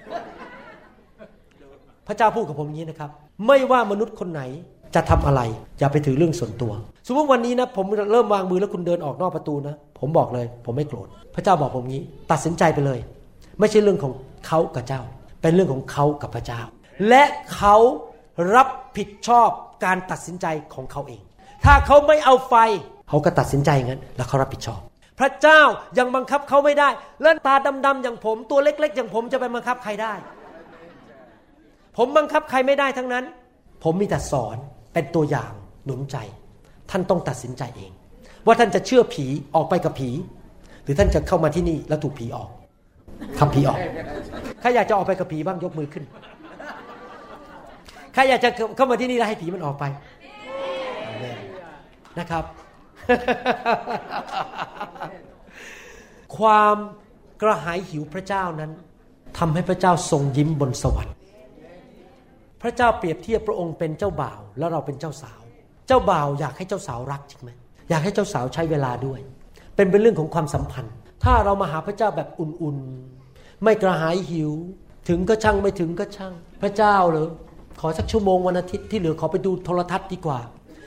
พระเจ้าพูดกับผมอย่างนี้นะครับไม่ว่ามนุษย์คนไหนจะทำอะไรอย่าไปถือเรื่องส่วนตัวสมมติวันนี้นะผมเริ่มวางมือแล้วคุณเดินออกนอกประตูนะผมบอกเลยผมไม่โกรธพระเจ้าบอกผมงี้ตัดสินใจไปเลยไม่ใช่เรื่องของเขากับเจ้าเป็นเรื่องของเขากับพระเจ้าและเขารับผิดชอบการตัดสินใจของเขาเองถ้าเขาไม่เอาไฟเขาก็ตัดสินใจงั้นแล้วเขารับผิดชอบพระเจ้ายังบังคับเขาไม่ได้แล้วตาดำๆอย่างผมตัวเล็กๆอย่างผมจะไปบังคับใครได้ผมบังคับใครไม่ได้ทั้งนั้นผมมีแต่สอนเป็นตัวอย่างหนุนใจท่านต้องตัดสินใจเองว่าท่านจะเชื่อผีออกไปกับผีหรือท่านจะเข้ามาที่นี่แล้วถูกผีออกขับผีออกใครอยากจะออกไปกับผีบ้างยกมือขึ้นใครอยากจะเข้ามาที่นี่แล้วให้ผีมันออกไปนะครับ ความกระหายหิวพระเจ้านั้นทำให้พระเจ้าทรงยิ้มบนสวรรค์พระเจ้าเปรียบเทียบพระองค์เป็นเจ้าบ่าวแล้วเราเป็นเจ้าสาวเจ้าบ่าวอยากให้เจ้าสาวรักจริงไหมอยากให้เจ้าสาวใช้เวลาด้วยเป็นเรื่องของความสัมพันธ์ถ้าเรามาหาพระเจ้าแบบอุ่นๆไม่กระหายหิวถึงก็ช่างไม่ถึงก็ช่างพระเจ้าเหรอขอสักชั่วโมงวันอาทิตย์ที่เหลือขอไปดูโทรทัศน์ดีกว่า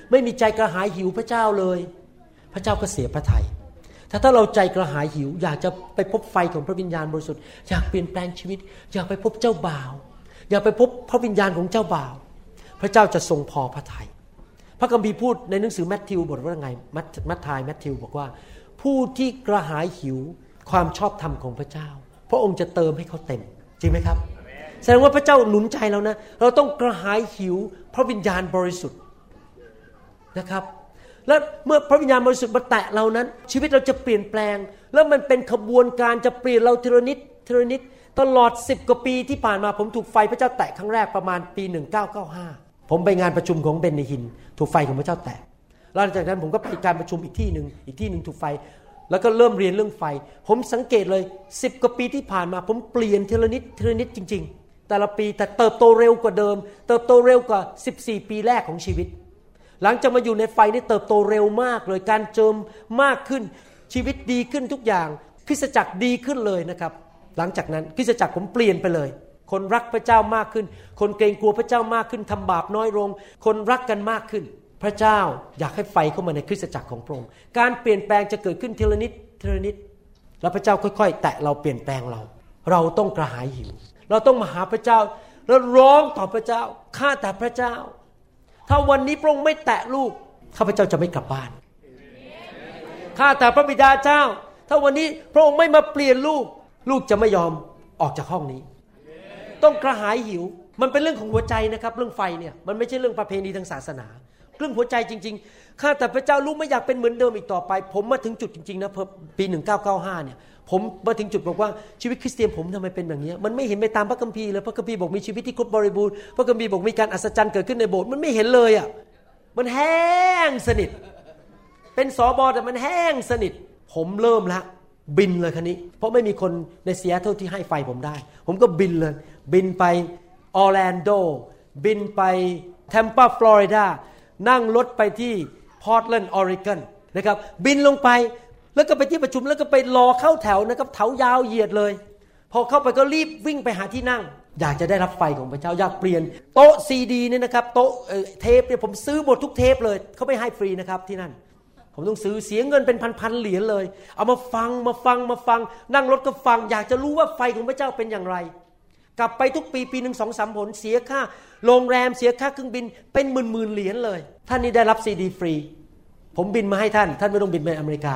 ไม่มีใจกระหายหิวพระเจ้าเลยพระเจ้าก็เสียพระทัยถ้าเราใจกระหายหิวอยากจะไปพบไฟของพระวิญญาณบริสุทธิ์อยากเปลี่ยนแปลงชีวิตอยากไปพบเจ้าบ่าวอยากไปพบพระวิญญาณของเจ้าบ่าวพระเจ้าจะทรงพอพระทัยพระคัมภีร์พูดในหนังสือมัทธิวบทว่าไงมัทธิวมัทธิวบอกว่าผู้ที่กระหายหิวความชอบธรรมของพระเจ้าพระองค์จะเติมให้เขาเต็มจริงไหมครับแสดงว่าพระเจ้าหนุนใจเรานะเราต้องกระหายหิวพระวิญญาณบริสุทธิ์นะครับและเมื่อพระวิญญาณบริสุทธิ์มาแตะเรานั้นชีวิตเราจะเปลี่ยนแปลงแล้วมันเป็นขบวนการจะเปลี่ยนเราทีละนิดทีละนิดตลอด10กว่าปีที่ผ่านมาผมถูกไฟพระเจ้าแตะครั้งแรกประมาณปี1995ผมไปงานประชุมของเบนนิฮินถูกไฟของพระเจ้าแตะหลังจากนั้นผมก็ไปการประชุมอีกที่นึงถูกไฟแล้วก็เริ่มเรียนเรื่องไฟผมสังเกตเลย10กว่าปีที่ผ่านมาผมเปลี่ยนทีละนิดทีละนิดจริงๆแต่ละปีแต่เติบโตเร็วกว่าเดิมเติบโตเร็วกว่า14ปีแรกของชีวิตหลังจากมาอยู่ในไฟนี่เติบโตเร็วมากเลยการเจิมมากขึ้นชีวิตดีขึ้นทุกอย่างคริสตจักรดีขึ้นเลยนะครับหลังจากนั้นคริสตจักรผมเปลี่ยนไปเลยคนรักพระเจ้ามากขึ้นคนเกรงกลัวพระเจ้ามากขึ้นทำบาปน้อยลงคนรักกันมากขึ้นพระเจ้าอยากให้ไฟเข้ามาในคริสตจักรของพระองค์การเปลี่ยนแปลงจะเกิดขึ้นทีละนิดทีละนิดแล้วพระเจ้าค่อยๆแตะเราเปลี่ยนแปลงเราต้องกระหายหิวเราต้องมาหาพระเจ้าแล้วร้องต่อพระเจ้าข้าแต่พระเจ้าถ้าวันนี้พระองค์ไม่แตะลูกข้าพเจ้าจะไม่กลับบ้านข้าแต่พระบิดาเจ้าถ้าวันนี้พระองค์ไม่มาเปลี่ยนลูกจะไม่ยอมออกจากห้องนี้ต้องกระหายหิวมันเป็นเรื่องของหัวใจนะครับเรื่องไฟเนี่ยมันไม่ใช่เรื่องประเพณีทางศาสนาเรื่องหัวใจจริงๆข้าแต่พระเจ้าลูกไม่อยากเป็นเหมือนเดิมอีกต่อไปผมมาถึงจุดจริงๆนะปี1995เนี่ยผมมาถึงจุดบอกว่าชีวิตคริสเตียนผมทำไมเป็นแบบนี้มันไม่เห็นไปตามพระคัมภีร์เลยพระคัมภีร์บอกมีชีวิตที่ครบบริบูรณ์พระคัมภีร์บอกมีการอัศจรรย์เกิดขึ้นในโบสถ์มันไม่เห็นเลยอ่ะมันแห้งสนิทเป็นสบแต่มันแห้งสนิทผมเริ่มละบินเลยคันนี้เพราะไม่มีคนในซีแอตเทิลที่ให้ไฟผมได้ผมก็บินเลยบินไปออร์แลนโดบินไปแทมปาฟลอริดานั่งรถไปที่พอร์ตแลนด์ออริกอนนะครับบินลงไปแล้วก็ไปที่ประชุมแล้วก็ไปรอเข้าแถวนะครับแถวยาวเหยียดเลยพอเข้าไปก็รีบวิ่งไปหาที่นั่งอยากจะได้รับไฟของพระเจ้าอยากเปลี่ยนโต๊ะซีดีเนี่ยนะครับโต๊ะเทปเนี่ยผมซื้อหมดทุกเทปเลยเขาไม่ให้ฟรีนะครับที่นั่นผมต้องซื้อเสียเงินเป็นพันๆเหรียญเลยเอามาฟังนั่งรถก็ฟังอยากจะรู้ว่าไฟของพระเจ้าเป็นอย่างไรกลับไปทุกปีนึง 2-3 หนเสียค่าโรงแรมเสียค่าเครื่องบินเป็นหมื่นๆเหรียญเลยท่านนี้ได้รับซีดีฟรีผมบินมาให้ท่านไม่ต้องบินไปอเมริกา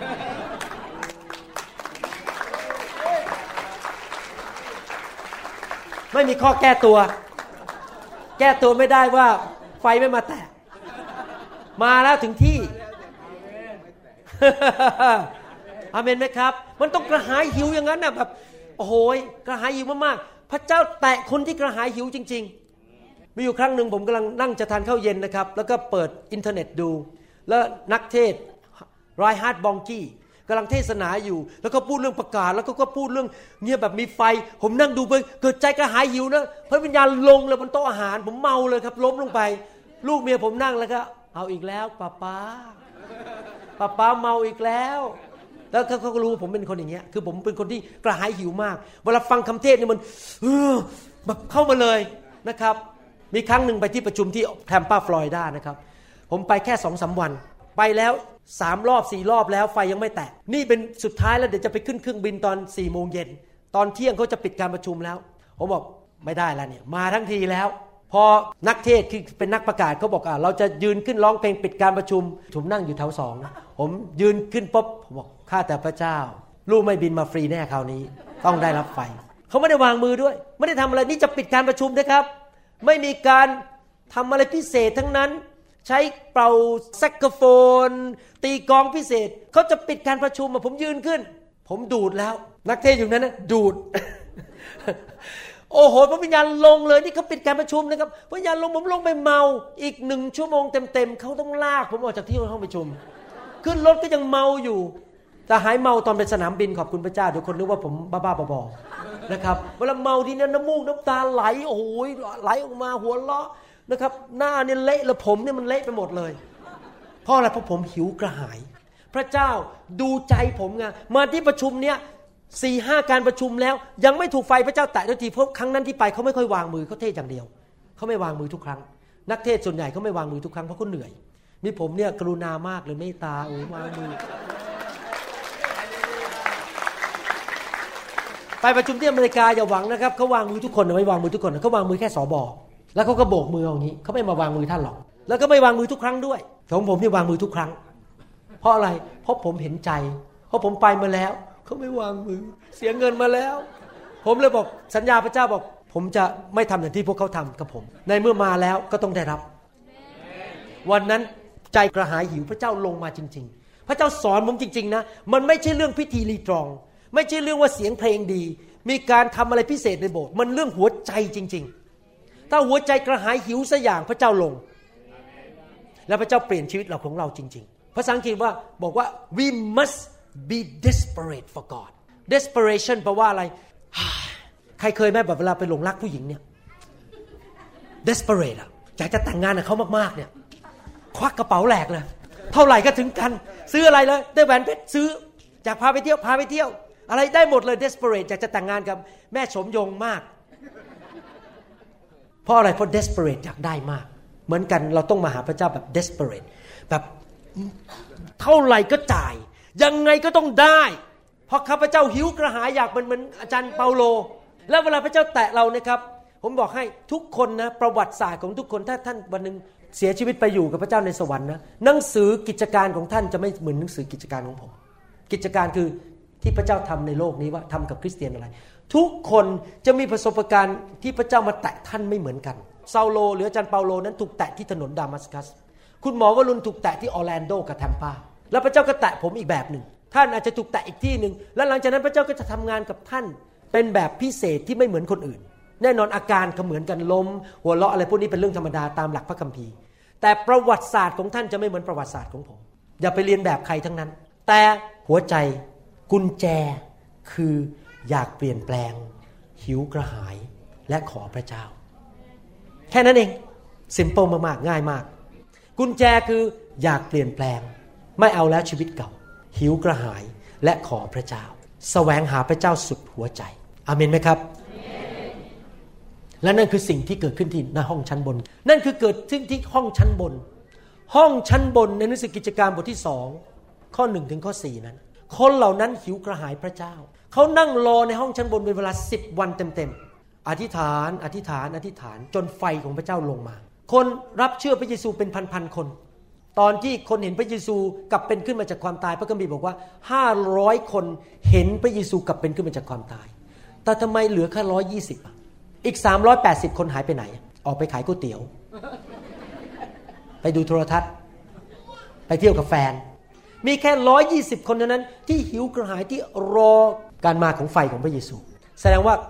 ไม่มีข้อแก้ตัวไม่ได้ว่าไฟไม่มาแตะมาแล้วถึงที่อาเมนไหมครับมันต้องกระหายหิวอย่างนั้นนะแบบโอ้โหกระหายหิวมากๆพระเจ้าแตะคนที่กระหายหิวจริงๆมีอยู่ครั้งหนึ่งผมกำลังนั่งจะทานข้าวเย็นนะครับแล้วก็เปิดอินเทอร์เน็ตดูแล้วนักเทศไรฮาร์ดบองกี้กำลังเทศนาอยู่แล้วก็พูดเรื่องประกาศแล้วก็พูดเรื่องเนี่ยแบบมีไฟผมนั่งดูไปเกิดใจกระหายหิวนะพระวิญญาณลงเลยบนโต๊ะอาหารผมเมาเลยครับล้มลงไปลูกเมียผมนั่งแล้วก็เอาอีกแล้วป้าเมาอีกแล้วแล้วเขาก็รู้ผมเป็นคนอย่างเงี้ยคือผมเป็นคนที่กระหายหิวมากเวลาฟังคำเทศนี่มันแบบเข้ามาเลยนะครับมีครั้งหนึ่งไปที่ประชุมที่แทมปาฟลอริดานะครับผมไปแค่ 2-3 วันไปแล้ว3 รอบ 4 รอบแล้วไฟยังไม่แตะนี่เป็นสุดท้ายแล้วเดี๋ยวจะไปขึ้นเครื่องบินตอน 4 โมงเย็นตอนเที่ยงเขาจะปิดการประชุมแล้วผมบอกไม่ได้แล้วเนี่ยมาทั้งทีแล้วพอนักเทศคือเป็นนักประกาศเขาบอกเราจะยืนขึ้นร้องเพลงปิดการประชุมผมนั่งอยู่แถว2ผมยืนขึ้นปุ๊บผมบอกข้าแต่พระเจ้าลูกไม่บินมาฟรีแน่คราวนี้ต้องได้รับไฟเขาไม่ได้วางมือด้วยไม่ได้ทำอะไรนี่จะปิดการประชุมนะครับไม่มีการทำอะไรพิเศษทั้งนั้นใช้เป่าแซกโซโฟนตีกลองพิเศษเขาจะปิดการประชุมผมยืนขึ้นผมดูดแล้วนักเทศอยู่นั้นนะดูด โอ้โหพระวิญญาณลงเลยนี่เขาปิดการประชุมนะครับพระวิญญาณลงผมลงไปเมาอีก1 ชั่วโมงเต็มๆเขาต้องลากผมออกจากที่ห้องประชุมขึ้นรถก็ยังเมาอยู่แต่หายเมาตอนไปสนามบินขอบคุณพระเจ้าเดี๋ยวคนนึกว่าผมบ้าๆบอๆนะครับเวลาเมาทีนั้นน้ำมูกน้ำตาไหลโอ้โหไหลออกมาหัวเราะนะครับหน้าเนี่ยเละแล้วผมเนี่ยมันเละไปหมดเลยเพราะอะไรเพราะผมหิวกระหายพระเจ้าดูใจผมไงมาที่ประชุมเนี้ย 4-5 การประชุมแล้วยังไม่ถูกไฟพระเจ้าแตะทันทีเพราะครั้งนั้นที่ไปเขาไม่ค่อยวางมือเขาเทศอย่างเดียวเขาไม่วางมือทุกครั้งนักเทศส่วนใหญ่เขาไม่วางมือทุกครั้งเพราะเขาเหนื่อยมีผมเนี่ยกรุณามากเลยเมตตาโอ้วางมือไปประชุมที่อเมริกาอย่าหวังนะครับเขาวางมือทุกคนไม่วางมือทุกคนเขาวางมือแค่สบแล้วเขาก็โบกมืออย่างนี้เขาไม่มาวางมือท่านหรอกแล้วก็ไม่วางมือทุกครั้งด้วยของผมนี่วางมือทุกครั้งเพราะอะไรเพราะผมเห็นใจเพราะผมไปมาแล้วเขาไม่วางมือเสียเงินมาแล้วผมเลยบอกสัญญาพระเจ้าบอกผมจะไม่ทำอย่างที่พวกเขาทำกับผมในเมื่อมาแล้วก็ต้องได้รับวันนั้นใจกระหายหิวพระเจ้าลงมาจริงๆพระเจ้าสอนผมจริงๆนะมันไม่ใช่เรื่องพิธีรีตรองไม่ใช่เรื่องว่าเสียงเพลงดีมีการทำอะไรพิเศษในโบสถ์มันเรื่องหัวใจจริงๆถ้าหัวใจกระหายหิวสักอย่างพระเจ้าลงแล้วพระเจ้าเปลี่ยนชีวิตเราของเราจริงๆภาษาอังกฤษว่าบอกว่า we must be desperate for God desperation แปลว่าอะไรใครเคยไหมแบบเวลาไปหลงรักผู้หญิงเนี่ย desperate อะอยากจะแต่งงานกับเขามากๆเนี่ยควักกระเป๋าแหลกเลยเท่าไหร่ก็ถึงกันซื้ออะไรเลยได้แหวนเพชรซื้ออยากพาไปเที่ยวอะไรได้หมดเลย desperate อยากจะแต่งงานกับแม่สมยงมากเพราะอะไรเพราะ desperate อยากได้มากเหมือนกันเราต้องมาหาพระเจ้าแบบ desperate แบบเท่าไหร่ก็จ่ายยังไงก็ต้องได้เพราะข้าพเจ้าหิวกระหายอยากเหมือนอาจารย์เปาโลแล้วเวลาพระเจ้าแตะเรานะครับผมบอกให้ทุกคนนะประวัติศาสตร์ของทุกคนถ้าท่านวันนึงเสียชีวิตไปอยู่กับพระเจ้าในสวรรค์นะหนังสือกิจการของท่านจะไม่เหมือนหนังสือกิจการของผมกิจการคือที่พระเจ้าทำในโลกนี้ว่าทำกับคริสเตียนอะไรทุกคนจะมีประสบการณ์ที่พระเจ้ามาแตะท่านไม่เหมือนกันซาโลหรืออาจารย์เปาโลนั้นถูกแตะที่ถนนดามัสกัสคุณหมอวรุณถูกแตะที่ออร์แลนโดกับแทมปาแล้วพระเจ้าก็แตะผมอีกแบบหนึ่งท่านอาจจะถูกแตะอีกที่นึงแล้วหลังจากนั้นพระเจ้าก็จะทำงานกับท่านเป็นแบบพิเศษที่ไม่เหมือนคนอื่นแน่นอนอาการก็เหมือนกันล้มหัวเราะอะไรพวกนี้เป็นเรื่องธรรมดาตามหลักพระคัมภีร์แต่ประวัติศาสตร์ของท่านจะไม่เหมือนประวัติศาสตร์ของผมอย่าไปเรียนแบบใครทั้งนั้นแต่หัวใจกุญแจคืออยากเปลี่ยนแปลงหิวกระหายและขอพระเจ้าแค่นั้นเองซิมเปิลมากๆง่ายมากกุญแจคืออยากเปลี่ยนแปลงไม่เอาแล้วชีวิตเก่าหิวกระหายและขอพระเจ้าแสวงหาพระเจ้าสุดหัวใจอาเมนไหมครับและนั่นคือสิ่งที่เกิดขึ้นที่หน้าห้องชั้นบนนั่นคือเกิดขึ้นที่ห้องชั้นบนห้องชั้นบนในหนังสือกิจการบทที่2ข้อ1ถึงข้อ4นั้นคนเหล่านั้นหิวกระหายพระเจ้าเขานั่งรอในห้องชั้นบนเป็นเวลา10วันเต็มๆอธิษฐานจนไฟของพระเจ้าลงมาคนรับเชื่อพระเยซูเป็นพันๆคนตอนที่คนเห็นพระเยซูกลับเป็นขึ้นมาจากความตายพระคัมภีร์บอกว่า500คนเห็นพระเยซูกลับเป็นขึ้นมาจากความตายแต่ทำไมเหลือแค่120อีก380คนหายไปไหนออกไปขายก๋วยเตี๋ยวไปดูโทรทัศน์ไปเที่ยวกับแฟนมีแค่120คนเท่านั้นที่หิวกระหายที่รอการมาของไฟของพระเยซูแสดงว่า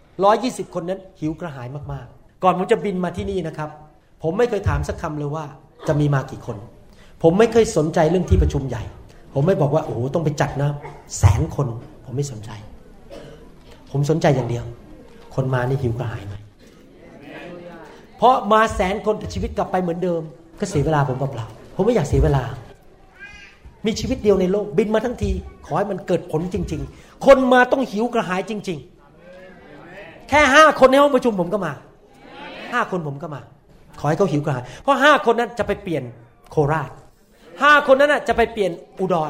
120คนนั้นหิวกระหายมากๆก่อนผมจะบินมาที่นี่นะครับผมไม่เคยถามสักคำเลยว่าจะมีมากี่คนผมไม่เคยสนใจเรื่องที่ประชุมใหญ่ผมไม่บอกว่าโอ้โหต้องไปจัดนะ100,000 คนผมไม่สนใจผมสนใจอย่างเดียวคนมานี่หิวกระหายไหมเพราะมา100,000 คนแต่ชีวิตกลับไปเหมือนเดิมก็เสียเวลาผมเปล่าๆผมไม่อยากเสียเวลามีชีวิตเดียวในโลกบินมาทั้งทีขอให้มันเกิดผลจริงๆคนมาต้องหิวกระหายจริงๆแค่5 คนในห้องประชุมผมก็มา5 คนผมก็มาขอให้เขาหิวกระหายเพราะ5 คนนั้นจะไปเปลี่ยนโคราช5 คนนั้นจะไปเปลี่ยนอุดร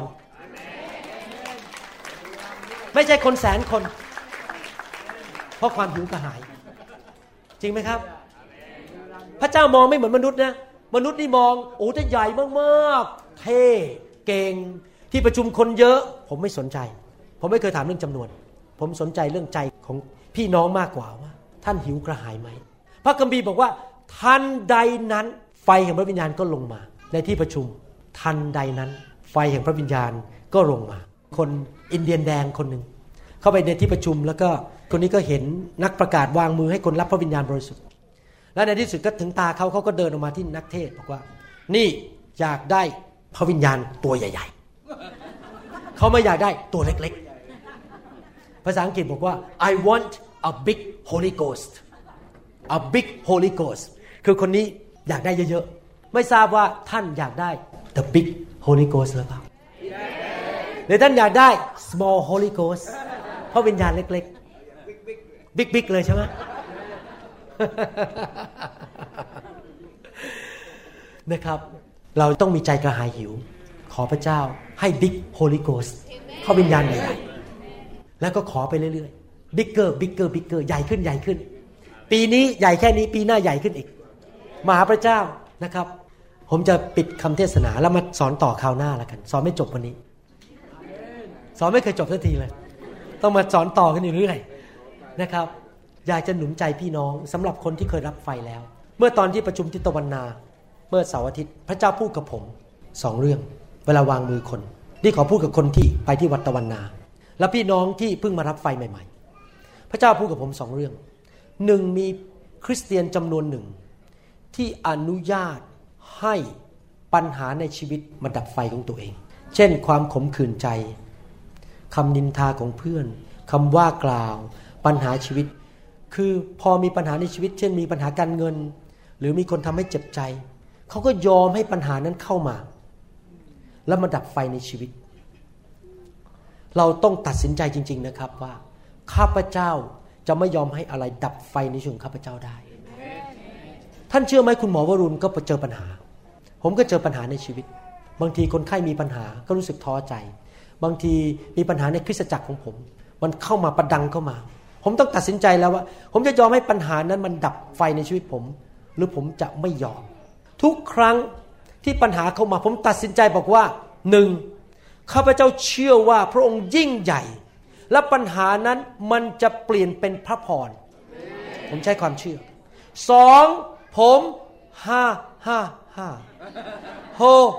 ไม่ใช่คน100,000 คนเพราะความหิวกระหายจริงไหมครับพระเจ้ามองไม่เหมือนมนุษย์นะมนุษย์นี่มองโอ้จะใหญ่มากๆเท่เก่งที่ประชุมคนเยอะผมไม่สนใจผมไม่เคยถามเรื่องจำนวนผมสนใจเรื่องใจของพี่น้องมากกว่าว่าท่านหิวกระหายไหมพระคัมภีร์บอกว่าทันใดนั้นไฟแห่งพระวิญญาณก็ลงมาในที่ประชุมทันใดนั้นไฟแห่งพระวิญญาณก็ลงมาคนอินเดียนแดงคนนึงเข้าไปในที่ประชุมแล้วก็คนนี้ก็เห็นนักประกาศวางมือให้คนรับพระวิญญาณบริสุทธิ์และในที่สุดก็ถึงตาเขาก็เดินออกมาที่นักเทศบอกว่านี่อยากได้พระวิญญาณตัวใหญ่ๆเขาไม่อยากได้ตัวเล็กๆภาษาอังกฤษบอกว่า I want a big Holy Ghost a big Holy Ghost คือคนนี้อยากได้เยอะๆไม่ทราบว่าท่านอยากได้ the big Holy Ghost หรือเปล่าหรือท่านอยากได้ small Holy Ghost พระวิญญาณเล็กๆบิ๊กๆเลยใช่ไหม นะครับเราต้องมีใจกระหายหิวขอพระเจ้าให้บิ๊กโฮลิโกสต์เข้าวิญญาณใหญ่ๆแล้วก็ขอไปเรื่อยๆบิ๊กเกอร์ใหญ่ขึ้นใหญ่ขึ้นปีนี้ใหญ่แค่นี้ปีหน้าใหญ่ขึ้นอีกมาหาพระเจ้านะครับผมจะปิดคำเทศนาแล้วมาสอนต่อคราวหน้าแล้วกันสอนไม่จบวันนี้สอนไม่เคยจบสักทีเลยต้องมาสอนต่อกันอยู่เรื่อยนะครับอยากจะหนุนใจพี่น้องสำหรับคนที่เคยรับไฟแล้วเมื่อตอนที่ประชุมที่ตะวันนาเมื่อเสาร์อาทิตย์พระเจ้าพูดกับผม2เรื่องเวลาวางมือคนนี่ขอพูดกับคนที่ไปที่วัดตะวันนาและพี่น้องที่เพิ่งมารับไฟใหม่ๆพระเจ้าพูดกับผม2เรื่อง1มีคริสเตียนจำนวนหนึ่งที่อนุญาตให้ปัญหาในชีวิตมาดับไฟของตัวเองเช่นความขมขื่นใจคำนินทาของเพื่อนคำว่ากล่าวปัญหาชีวิตคือพอมีปัญหาในชีวิตเช่นมีปัญหาการเงินหรือมีคนทำให้เจ็บใจเขาก็ยอมให้ปัญหานั้นเข้ามาแล้วมาดับไฟในชีวิตเราต้องตัดสินใจจริงๆนะครับว่าข้าพเจ้าจะไม่ยอมให้อะไรดับไฟในชีวิตของข้าพเจ้าได้ท่านเชื่อไหมคุณหมอวรุณก็เจอปัญหาผมก็เจอปัญหาในชีวิตบางทีคนไข้มีปัญหาก็รู้สึกท้อใจบางทีมีปัญหาในคริสตจักรของผมมันเข้ามาประดังเข้ามาผมต้องตัดสินใจแล้วว่าผมจะยอมให้ปัญหานั้นมันดับไฟในชีวิตผมหรือผมจะไม่ยอมทุกครั้งที่ปัญหาเข้ามาผมตัดสินใจบอกว่า1ข้าพเจ้าเชื่อว่าพระองค์ยิ่งใหญ่และปัญหานั้นมันจะเปลี่ยนเป็นพระพรผมใช้ความเชื่อ2ผมโฮ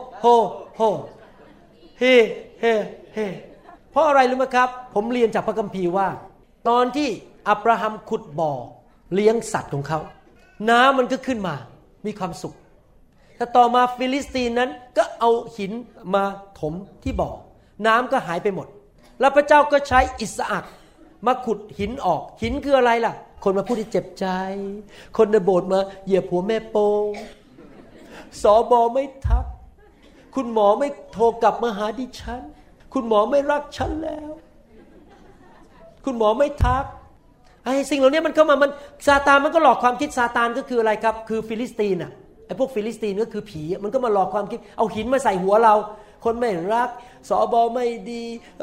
เฮเพราะอะไรรู้ไหมครับผมเรียนจากพระคัมภีร์ว่าตอนที่อับราฮัมขุดบ่อเลี้ยงสัตว์ของเขาน้ำมันก็ขึ้นมามีความสุขแต่ต่อมาฟิลิสตีนนั้นก็เอาหินมาถมที่บ่อน้ำก็หายไปหมดแล้วพระเจ้าก็ใช้อิสอัคมาขุดหินออกหินคืออะไรล่ะคนมาพูดที่เจ็บใจคนในโบสถ์มาเหยียบหัวแม่โป้สบไม่ทักคุณหมอไม่โทรกลับมาหาดิฉันคุณหมอไม่รักฉันแล้วคุณหมอไม่ทักไอ้สิ่งเหล่านี้มันเข้ามามันซาตานมันก็หลอกความคิดซาตานก็คืออะไรครับคือฟิลิสตีนอ่ะไอ้พวกฟิลิสตีนก็คือผีมันก็มาหลอกความคิดเอาหินมาใส่หัวเราคนไม่รักสบไม่ดี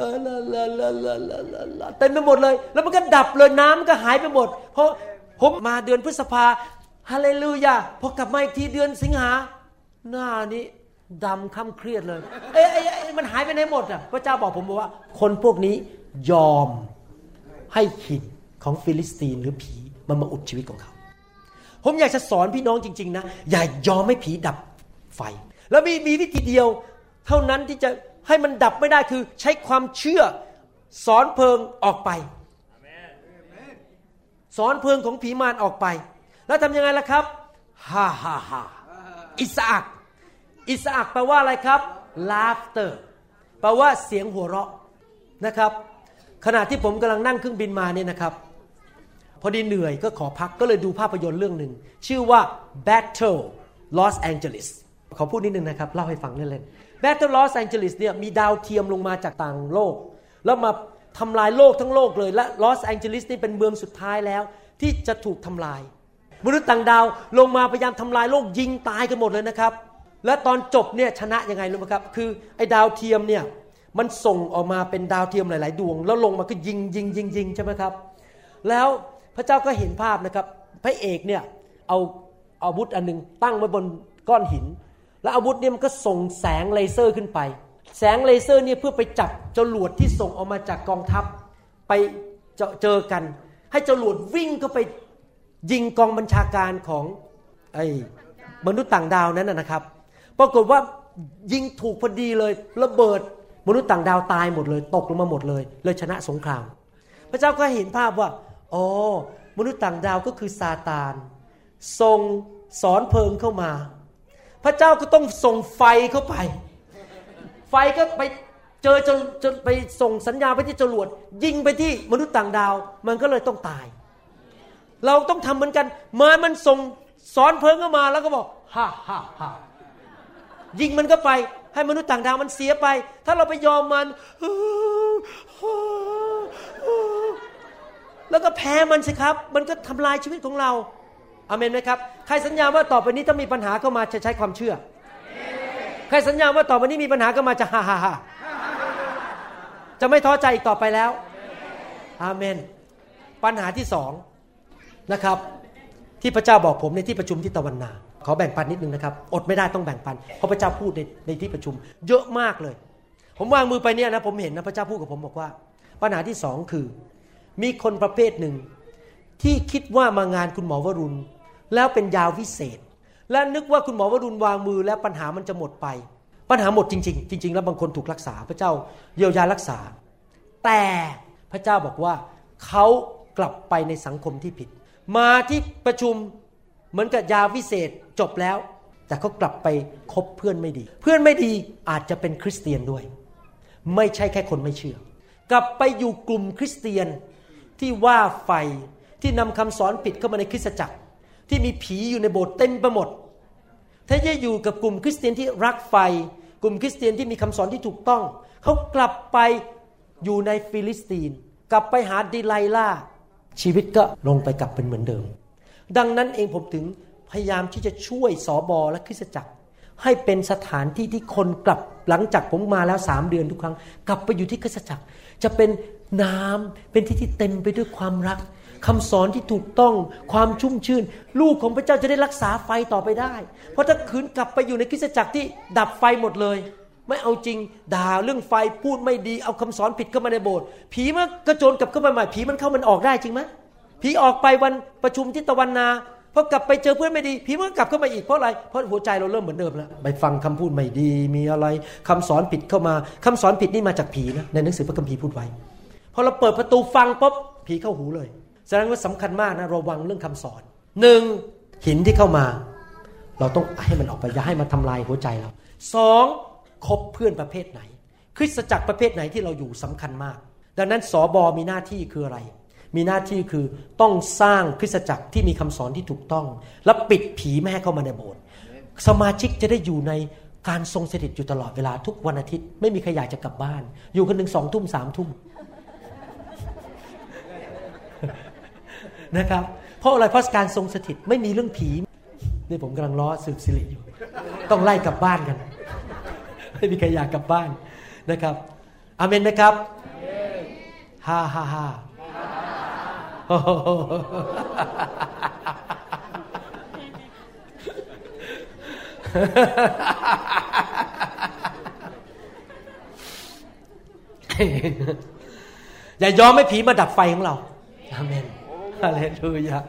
เต็มไปหมดเลยแล้วมันก็ดับเลยน้ำมันก็หายไปหมดเพราะผมมาเดือนพฤษภาฮาเลลูยาพอกลับมาอีกทีเดือนสิงหาหน้านี้ดำค่ำเครียดเลยมันหายไปไหนหมดอ่ะพระเจ้าบอกผมว่าคนพวกนี้ยอมให้หินของฟิลิสตีนหรือผีมันมาอุดชีวิตของเขาผมอยากจะสอนพี่น้องจริงๆนะอย่ายอมให้ผีดับไฟแล้วมีวิธีเดียวเท่านั้นที่จะให้มันดับไม่ได้คือใช้ความเชื่อสอนเพลิงออกไปสอนเพลิงของผีมารออกไปแล้วทำยังไงล่ะครับฮ่าอิสอัคแปลว่าอะไรครับ laughter แปลว่าเสียงหัวเราะนะครับขณะที่ผมกำลังนั่งเครื่องบินมาเนี่ยนะครับพอดีเหนื่อยก็ขอพักก็เลยดูภาพยนตร์เรื่องนึงชื่อว่า Battle Los Angeles ขอพูดนิดนึงนะครับเล่าให้ฟังเล่นๆ Battle Los Angeles เนี่ยมีดาวเทียมลงมาจากต่างโลกแล้วมาทำลายโลกทั้งโลกเลยและลอสแองเจลิสนี่เป็นเมืองสุดท้ายแล้วที่จะถูกทำลายมนุษย์ต่างดาวลงมาพยายามทำลายโลกยิงตายกันหมดเลยนะครับและตอนจบเนี่ยชนะยังไงรู้ไหมครับคือไอ้ดาวเทียมเนี่ยมันส่งออกมาเป็นดาวเทียมหลายๆดวงแล้วลงมาก็ยิงใช่ไหมครับแล้วพระเจ้าก็เห็นภาพนะครับพระเอกเนี่ยเอาอาวุธอันนึงตั้งไว้บนก้อนหินแล้วอาวุธเนี่ยมันก็ส่งแสงเลเซอร์ขึ้นไปแสงเลเซอร์เนี่ยเพื่อไปจับจรวดที่ส่งออกมาจากกองทัพไปเจอกันให้จรวดวิ่งเข้าไปยิงกองบัญชาการของไอ้มนุษย์ต่างดาวนั้นนะครับปรากฏว่ายิงถูกพอดีเลยระเบิดมนุษย์ต่างดาวตายหมดเลยตกลงมาหมดเลยชนะสงครามพระเจ้าก็เห็นภาพว่าอ๋อมนุษย์ต่างดาวก็คือซาตานส่งสอนเพลิงเข้ามาพระเจ้าก็ต้องส่งไฟเข้าไปไฟก็ไปเจอไปส่งสัญญาณไปที่จรวดยิงไปที่มนุษย์ต่างดาวมันก็เลยต้องตายเราต้องทำเหมือนกันมันส่งสอนเพลิงเข้ามาแล้วก็บอกฮ่ายิงมันก็ไปให้มนุษย์ต่างดาวมันเสียไปถ้าเราไปยอมมันแล้วก็แพ้มันสิครับมันก็ทำลายชีวิตของเราอาเมนไหมครับใครสัญญาว่าต่อไปนี้ถ้ามีปัญหาเข้ามาจะใช้ความเชื่อรสัญญาว่าต่อไปนี้มีปัญหาก็มาจะฮ่าจะไม่ท้อใจอีกต่อไปแล้วอาเมนปัญหาที่สองนะครับที่พระเจ้าบอกผมในที่ประชุมที่ตะวันนาขอแบ่งปันนิดนึงนะครับอดไม่ได้ต้องแบ่งปันเพราะพระเจ้าพูดในที่ประชุมเยอะมากเลยผมวางมือไปเนี่ยนะผมเห็นนะพระเจ้าพูดกับผมบอกว่าปัญหาที่สองคือมีคนประเภทหนึ่งที่คิดว่ามางานคุณหมอวรุณแล้วเป็นยาวิเศษและนึกว่าคุณหมอวรุณวางมือแล้วปัญหามันจะหมดไปปัญหาหมดจริงๆจริงๆแล้วบางคนถูกรักษาพระเจ้าเยียวยารักษาแต่พระเจ้าบอกว่าเขากลับไปในสังคมที่ผิดมาที่ประชุมเหมือนกับยาวิเศษจบแล้วแต่เขากลับไปคบเพื่อนไม่ดีเพื่อนไม่ดีอาจจะเป็นคริสเตียนด้วยไม่ใช่แค่คนไม่เชื่อกลับไปอยู่กลุ่มคริสเตียนที่ว่าไฟที่นำคำสอนผิดเข้ามาในคริสตจักรที่มีผีอยู่ในโบสถ์เต็มไปหมดถ้าจะอยู่กับกลุ่มคริสเตียนที่รักไฟกลุ่มคริสเตียนที่มีคำสอนที่ถูกต้องเขากลับไปอยู่ในฟิลิสตีนกลับไปหาดิไลลาชีวิตก็ลงไปกลับเป็นเหมือนเดิมดังนั้นเองผมถึงพยายามที่จะช่วยสบและคริสตจักรให้เป็นสถานที่ที่คนกลับหลังจากผมมาแล้ว3เดือนทุกครั้งกลับไปอยู่ที่คริสตจักรจะเป็นน้ำเป็นที่ที่เต็มไปด้วยความรักคำสอนที่ถูกต้องความชุ่มชื่นลูกของพระเจ้าจะได้รักษาไฟต่อไปได้เพราะถ้าขืนกลับไปอยู่ในคริสตจักรที่ดับไฟหมดเลยไม่เอาจริงด่าเรื่องไฟพูดไม่ดีเอาคำสอนผิดเข้ามาในโบสถ์ผีมันกระโจนกลับเข้ามาใหม่ผีมันเข้ามันออกได้จริงไหมผีออกไปวันประชุมที่ตะวันนาพอกลับไปเจอเพื่อนไม่ดีผีมันก็กลับเข้ามาอีกเพราะอะไรเพราะหัวใจเราเริ่มเหมือนเดิมแล้วไปฟังคำพูดไม่ดีมีอะไรคำสอนผิดเข้ามาคำสอนผิดนี่มาจากผีนะในหนังสือพระคัมภีร์พูดไว้พอเราเปิดประตูฟังปุ๊บผีเข้าหูเลยแสดงว่าสำคัญมากนะระวังเรื่องคำสอน1หินที่เข้ามาเราต้องให้มันออกไปอย่าให้มันทำลายหัวใจเรา2คบเพื่อนประเภทไหนคริสตจักรประเภทไหนที่เราอยู่สำคัญมากดังนั้นสบมีหน้าที่คืออะไรมีหน้าที่คือต้องสร้างคริสตจักรที่มีคำสอนที่ถูกต้องและปิดผีไม่ให้เข้ามาในโบสถ์สมาชิกจะได้อยู่ในการทรงสถิตอยู่ตลอดเวลาทุกวันอาทิตย์ไม่มีใครอยากจะกลับบ้านอยู่กันถึง2 ทุ่ม 3 ทุ่มนะครับเพราะอะไรเพราะการทรงสถิตไม่มีเรื่องผีนี่ผมกำลังล้อสืบสิริอยู่ต้องไล่กลับบ้านกันไม่มีใครอยากกลับบ้านนะครับอาเมนไหมครับฮ่าฮ่าฮ่าอย่ายอมให้ผีมาดับไฟของเราอาเมนฮาเลลูยา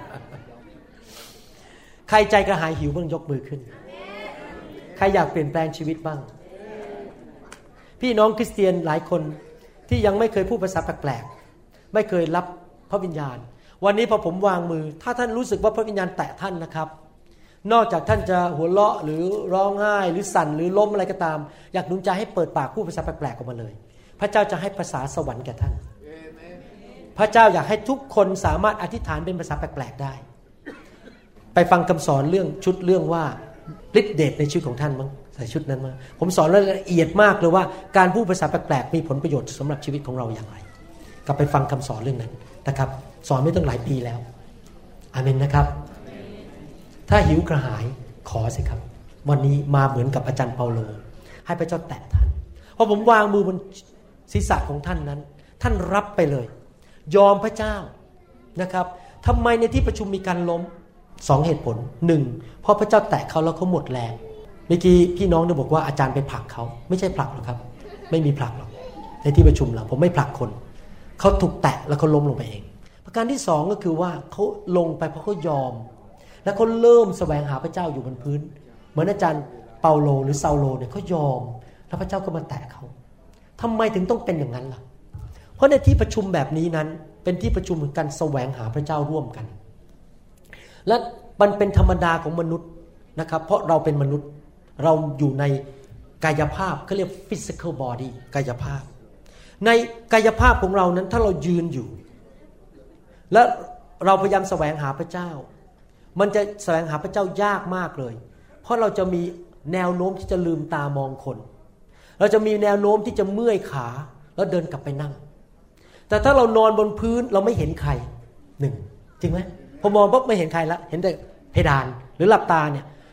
ใครใจกระหายหิวบ้างยกมือขึ้นใครอยากเปลี่ยนแปลงชีวิตบ้างพี่น้องคริสเตียนหลายคนที่ยังไม่เคยพูดภาษาแปลกๆไม่เคยรับพระวิญญาณวันนี้พอผมวางมือถ้าท่านรู้สึกว่าพระวิญญาณแตะท่านนะครับนอกจากท่านจะหัวเราะหรือร้องไห้หรือสั่นหรือล้มอะไรก็ตามอยากหนุนใจให้เปิดปากพูดภาษาแปลกๆออกมาเลยพระเจ้าจะให้ภาษาสวรรค์แก่ท่านพระเจ้าอยากให้ทุกคนสามารถอธิษฐานเป็นภาษาแปลกๆได้ไปฟังคำสอนเรื่องว่าฤทธิ์เดชในชีวิตของท่านมั้งใส่ชุดนั้นมาผมสอนละเอียดมากเลยว่าการพูดภาษาแปลกๆมีผลประโยชน์สำหรับชีวิตของเราอย่างไรกลับไปฟังคำสอนเรื่องนั้นนะครับสอนไม่ตั้งหลายปีแล้วอาเมนนะครับถ้าหิวกระหายขอสิครับวันนี้มาเหมือนกับอาจารย์เปาโลให้พระเจ้าแตะท่านพอผมวางมือบนศีรษะของท่านนั้นท่านรับไปเลยยอมพระเจ้านะครับทำไมในที่ประชุมมีการล้ม2เหตุผล1เพราะพระเจ้าแตะเขาแล้วเขาหมดแรงเมื่อกี้พี่น้องได้บอกว่าอาจารย์ไปผลักเขาไม่ใช่ผลักหรอกครับไม่มีผลักหรอกในที่ประชุมเราผมไม่ผลักคนเขาถูกแตะแล้วเขาล้มลงไปเองประการที่2ก็คือว่าเขาลงไปเพราะเขายอมแล้วเขาเริ่มแสวงหาพระเจ้าอยู่บนพื้นเหมือนอาจารย์เปาโลหรือซาโลเนี่ยเขายอมแล้วพระเจ้าก็มาแตะเขาทำไมถึงต้องเป็นอย่างนั้นล่ะเพราะในที่ประชุมแบบนี้นั้นเป็นที่ประชุมของการแสวงหาพระเจ้าร่วมกันและมันเป็นธรรมดาของมนุษย์นะครับเพราะเราเป็นมนุษย์เราอยู่ในกายภาพเขาเรียก physical body กายภาพในกายภาพของเรานั้นถ้าเรายืนอยู่และเราพยายามแสวงหาพระเจ้ามันจะแสวงหาพระเจ้ายากมากเลยเพราะเราจะมีแนวโน้มที่จะลืมตามองคนเราจะมีแนวโน้มที่จะเมื่อยขาแล้วเดินกลับไปนั่งแต่ถ้าเรานอนบนพื้นเราไม่เห็นใครจริงไหมพอมองปุ๊บไม่เห็นใครแล้วเห็นแต่เพดานหรือหลับตาเนี่ย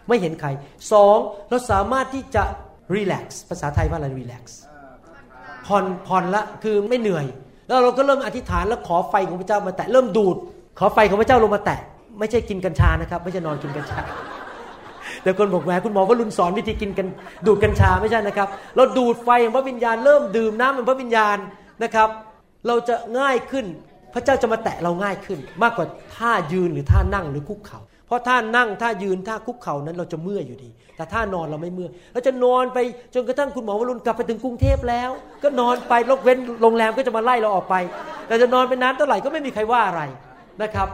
ไม่เห็นใคร2เราสามารถที่จะ relax ภาษาไทยว่าอะไร relax ผ่อนละคือไม่เหนื่อยแล้วเราก็เริ่มอธิษฐานแล้วขอไฟของพระเจ้ามาแตะเริ่มดูดขอไฟของพระเจ้าลงมาแตะไม่ใช่กินกัญชานะครับไม่ใช่นอนกินกัญชาแต่คนบอกแหมคุณหมอวรุณสอนวิธีกินกันดูดกัญชาไม่ใช่นะครับเราดูดไฟของพระวิญญาณเริ่มดื่มน้ำของพระวิญญาณนะครับเราจะง่ายขึ้นพระเจ้าจะมาแตะเราง่ายขึ้นมากกว่าท่ายืนหรือท่านั่งหรือคุกเข่าเพราะท่านั่งท่ายืนท่าคุกเข่านั้นเราจะเมื่อยอยู่ดีแต่ท่านอนเราไม่เมื่อยเราจะนอนไปจนกระทั่งคุณหมอวรุณกลับไปถึงกรุงเทพแล้วก็นอนไปยกเว้นโรงแรมก็จะมาไล่เราออกไปแต่จะนอนไปนานเท่าไหร่ก็ไม่มีใครว่าอะไรนะครับ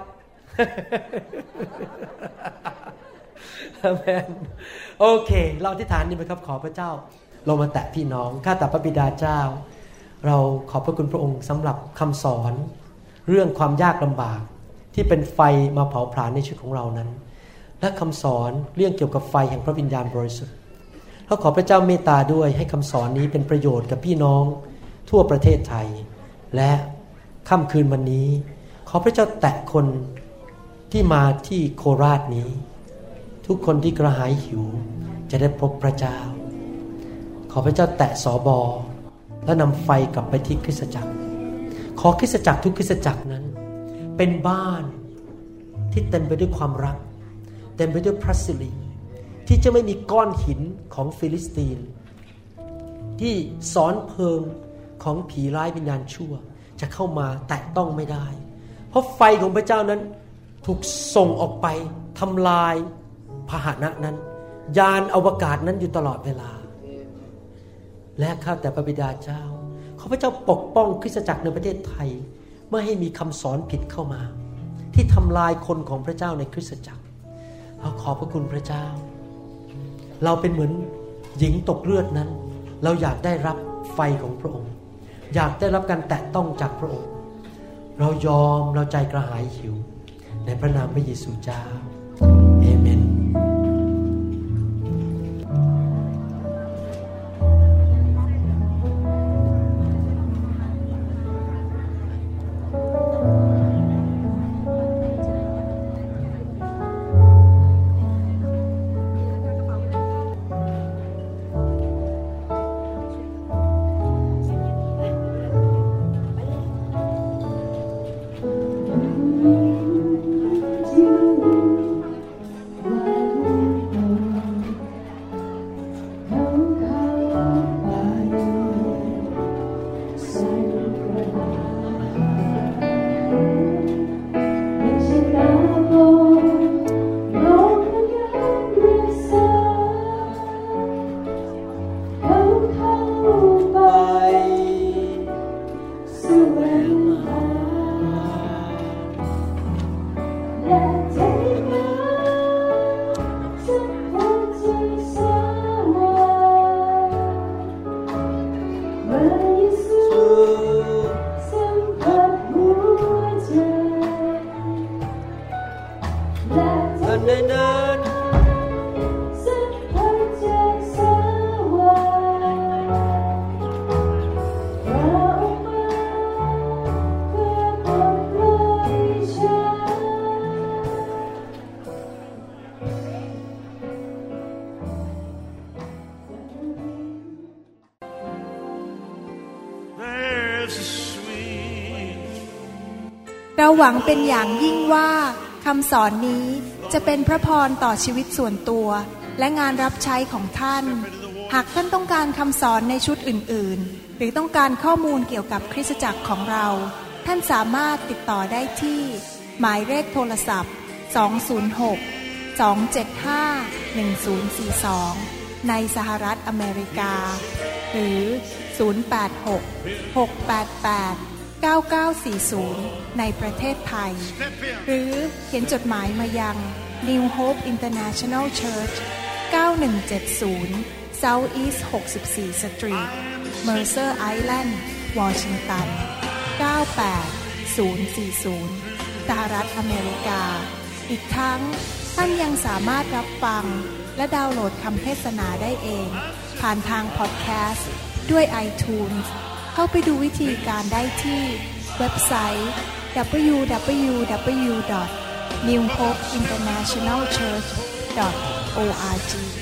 อาเมนโอเคเราอธิษฐานนี่ไหมครับขอพระเจ้าลงมาแตะพี่น้องข้าแต่พระบิดาเจ้าเราขอบพระคุณพระองค์สำหรับคำสอนเรื่องความยากลำบากที่เป็นไฟมาเผาผลาญในชีวิตของเรานั้นและคำสอนเรื่องเกี่ยวกับไฟแห่งพระวิญญาณบริสุทธิ์เราขอพระเจ้าเมตตาด้วยให้คำสอนนี้เป็นประโยชน์กับพี่น้องทั่วประเทศไทยและค่ำคืนวันนี้ขอพระเจ้าแตะคนที่มาที่โคราชนี้ทุกคนที่กระหายหิวจะได้พบพระเจ้าขอพระเจ้าแตะสบและนำไฟกลับไปที่คริสตจักรขอคริสตจักรทุกคริสตจักรนั้นเป็นบ้านที่เต็มไปด้วยความรักเต็มไปด้วยพระสิริที่จะไม่มีก้อนหินของฟิลิสตีนที่สอนเพลิงของผีร้ายวิญญาณชั่วจะเข้ามาแตะต้องไม่ได้เพราะไฟของพระเจ้านั้นถูกส่งออกไปทำลายพาหนะนั้นยานอวกาศนั้นอยู่ตลอดเวลาและข้าแต่พระบิดาเจ้าขอพระเจ้าปกป้องคริสตจักรในประเทศไทยไม่ให้มีคำสอนผิดเข้ามาที่ทำลายคนของพระเจ้าในคริสตจักรเราขอบพระคุณพระเจ้าเราเป็นเหมือนหญิงตกเลือดนั้นเราอยากได้รับไฟของพระองค์อยากได้รับการแตะต้องจากพระองค์เรายอมเราใจกระหายหิวในพระนามพระเยซูเจ้าเอเมนเราหวังเป็นอย่างยิ่งว่าคำสอนนี้จะเป็นพระพรต่อชีวิตส่วนตัวและงานรับใช้ของท่านหากท่านต้องการคำสอนในชุดอื่นๆหรือต้องการข้อมูลเกี่ยวกับคริสตจักรของเราท่านสามารถติดต่อได้ที่หมายเลขโทรศัพท์206-275-1042ในสหรัฐอเมริกาหรือ086-688-9940ในประเทศไทยหรือเขียนจดหมายมายัง New Hope International Church 9170 South East 64 Street Mercer Island Washington 98040 สหรัฐอเมริกาอีกทั้งท่านยังสามารถรับฟังและดาวน์โหลดคำเทศนาได้เองผ่านทางพอดแคสต์ด้วย iTunes เข้าไปดูวิธีการได้ที่เว็บไซต์ www.newhopeinternationalchurch.org www.dr.org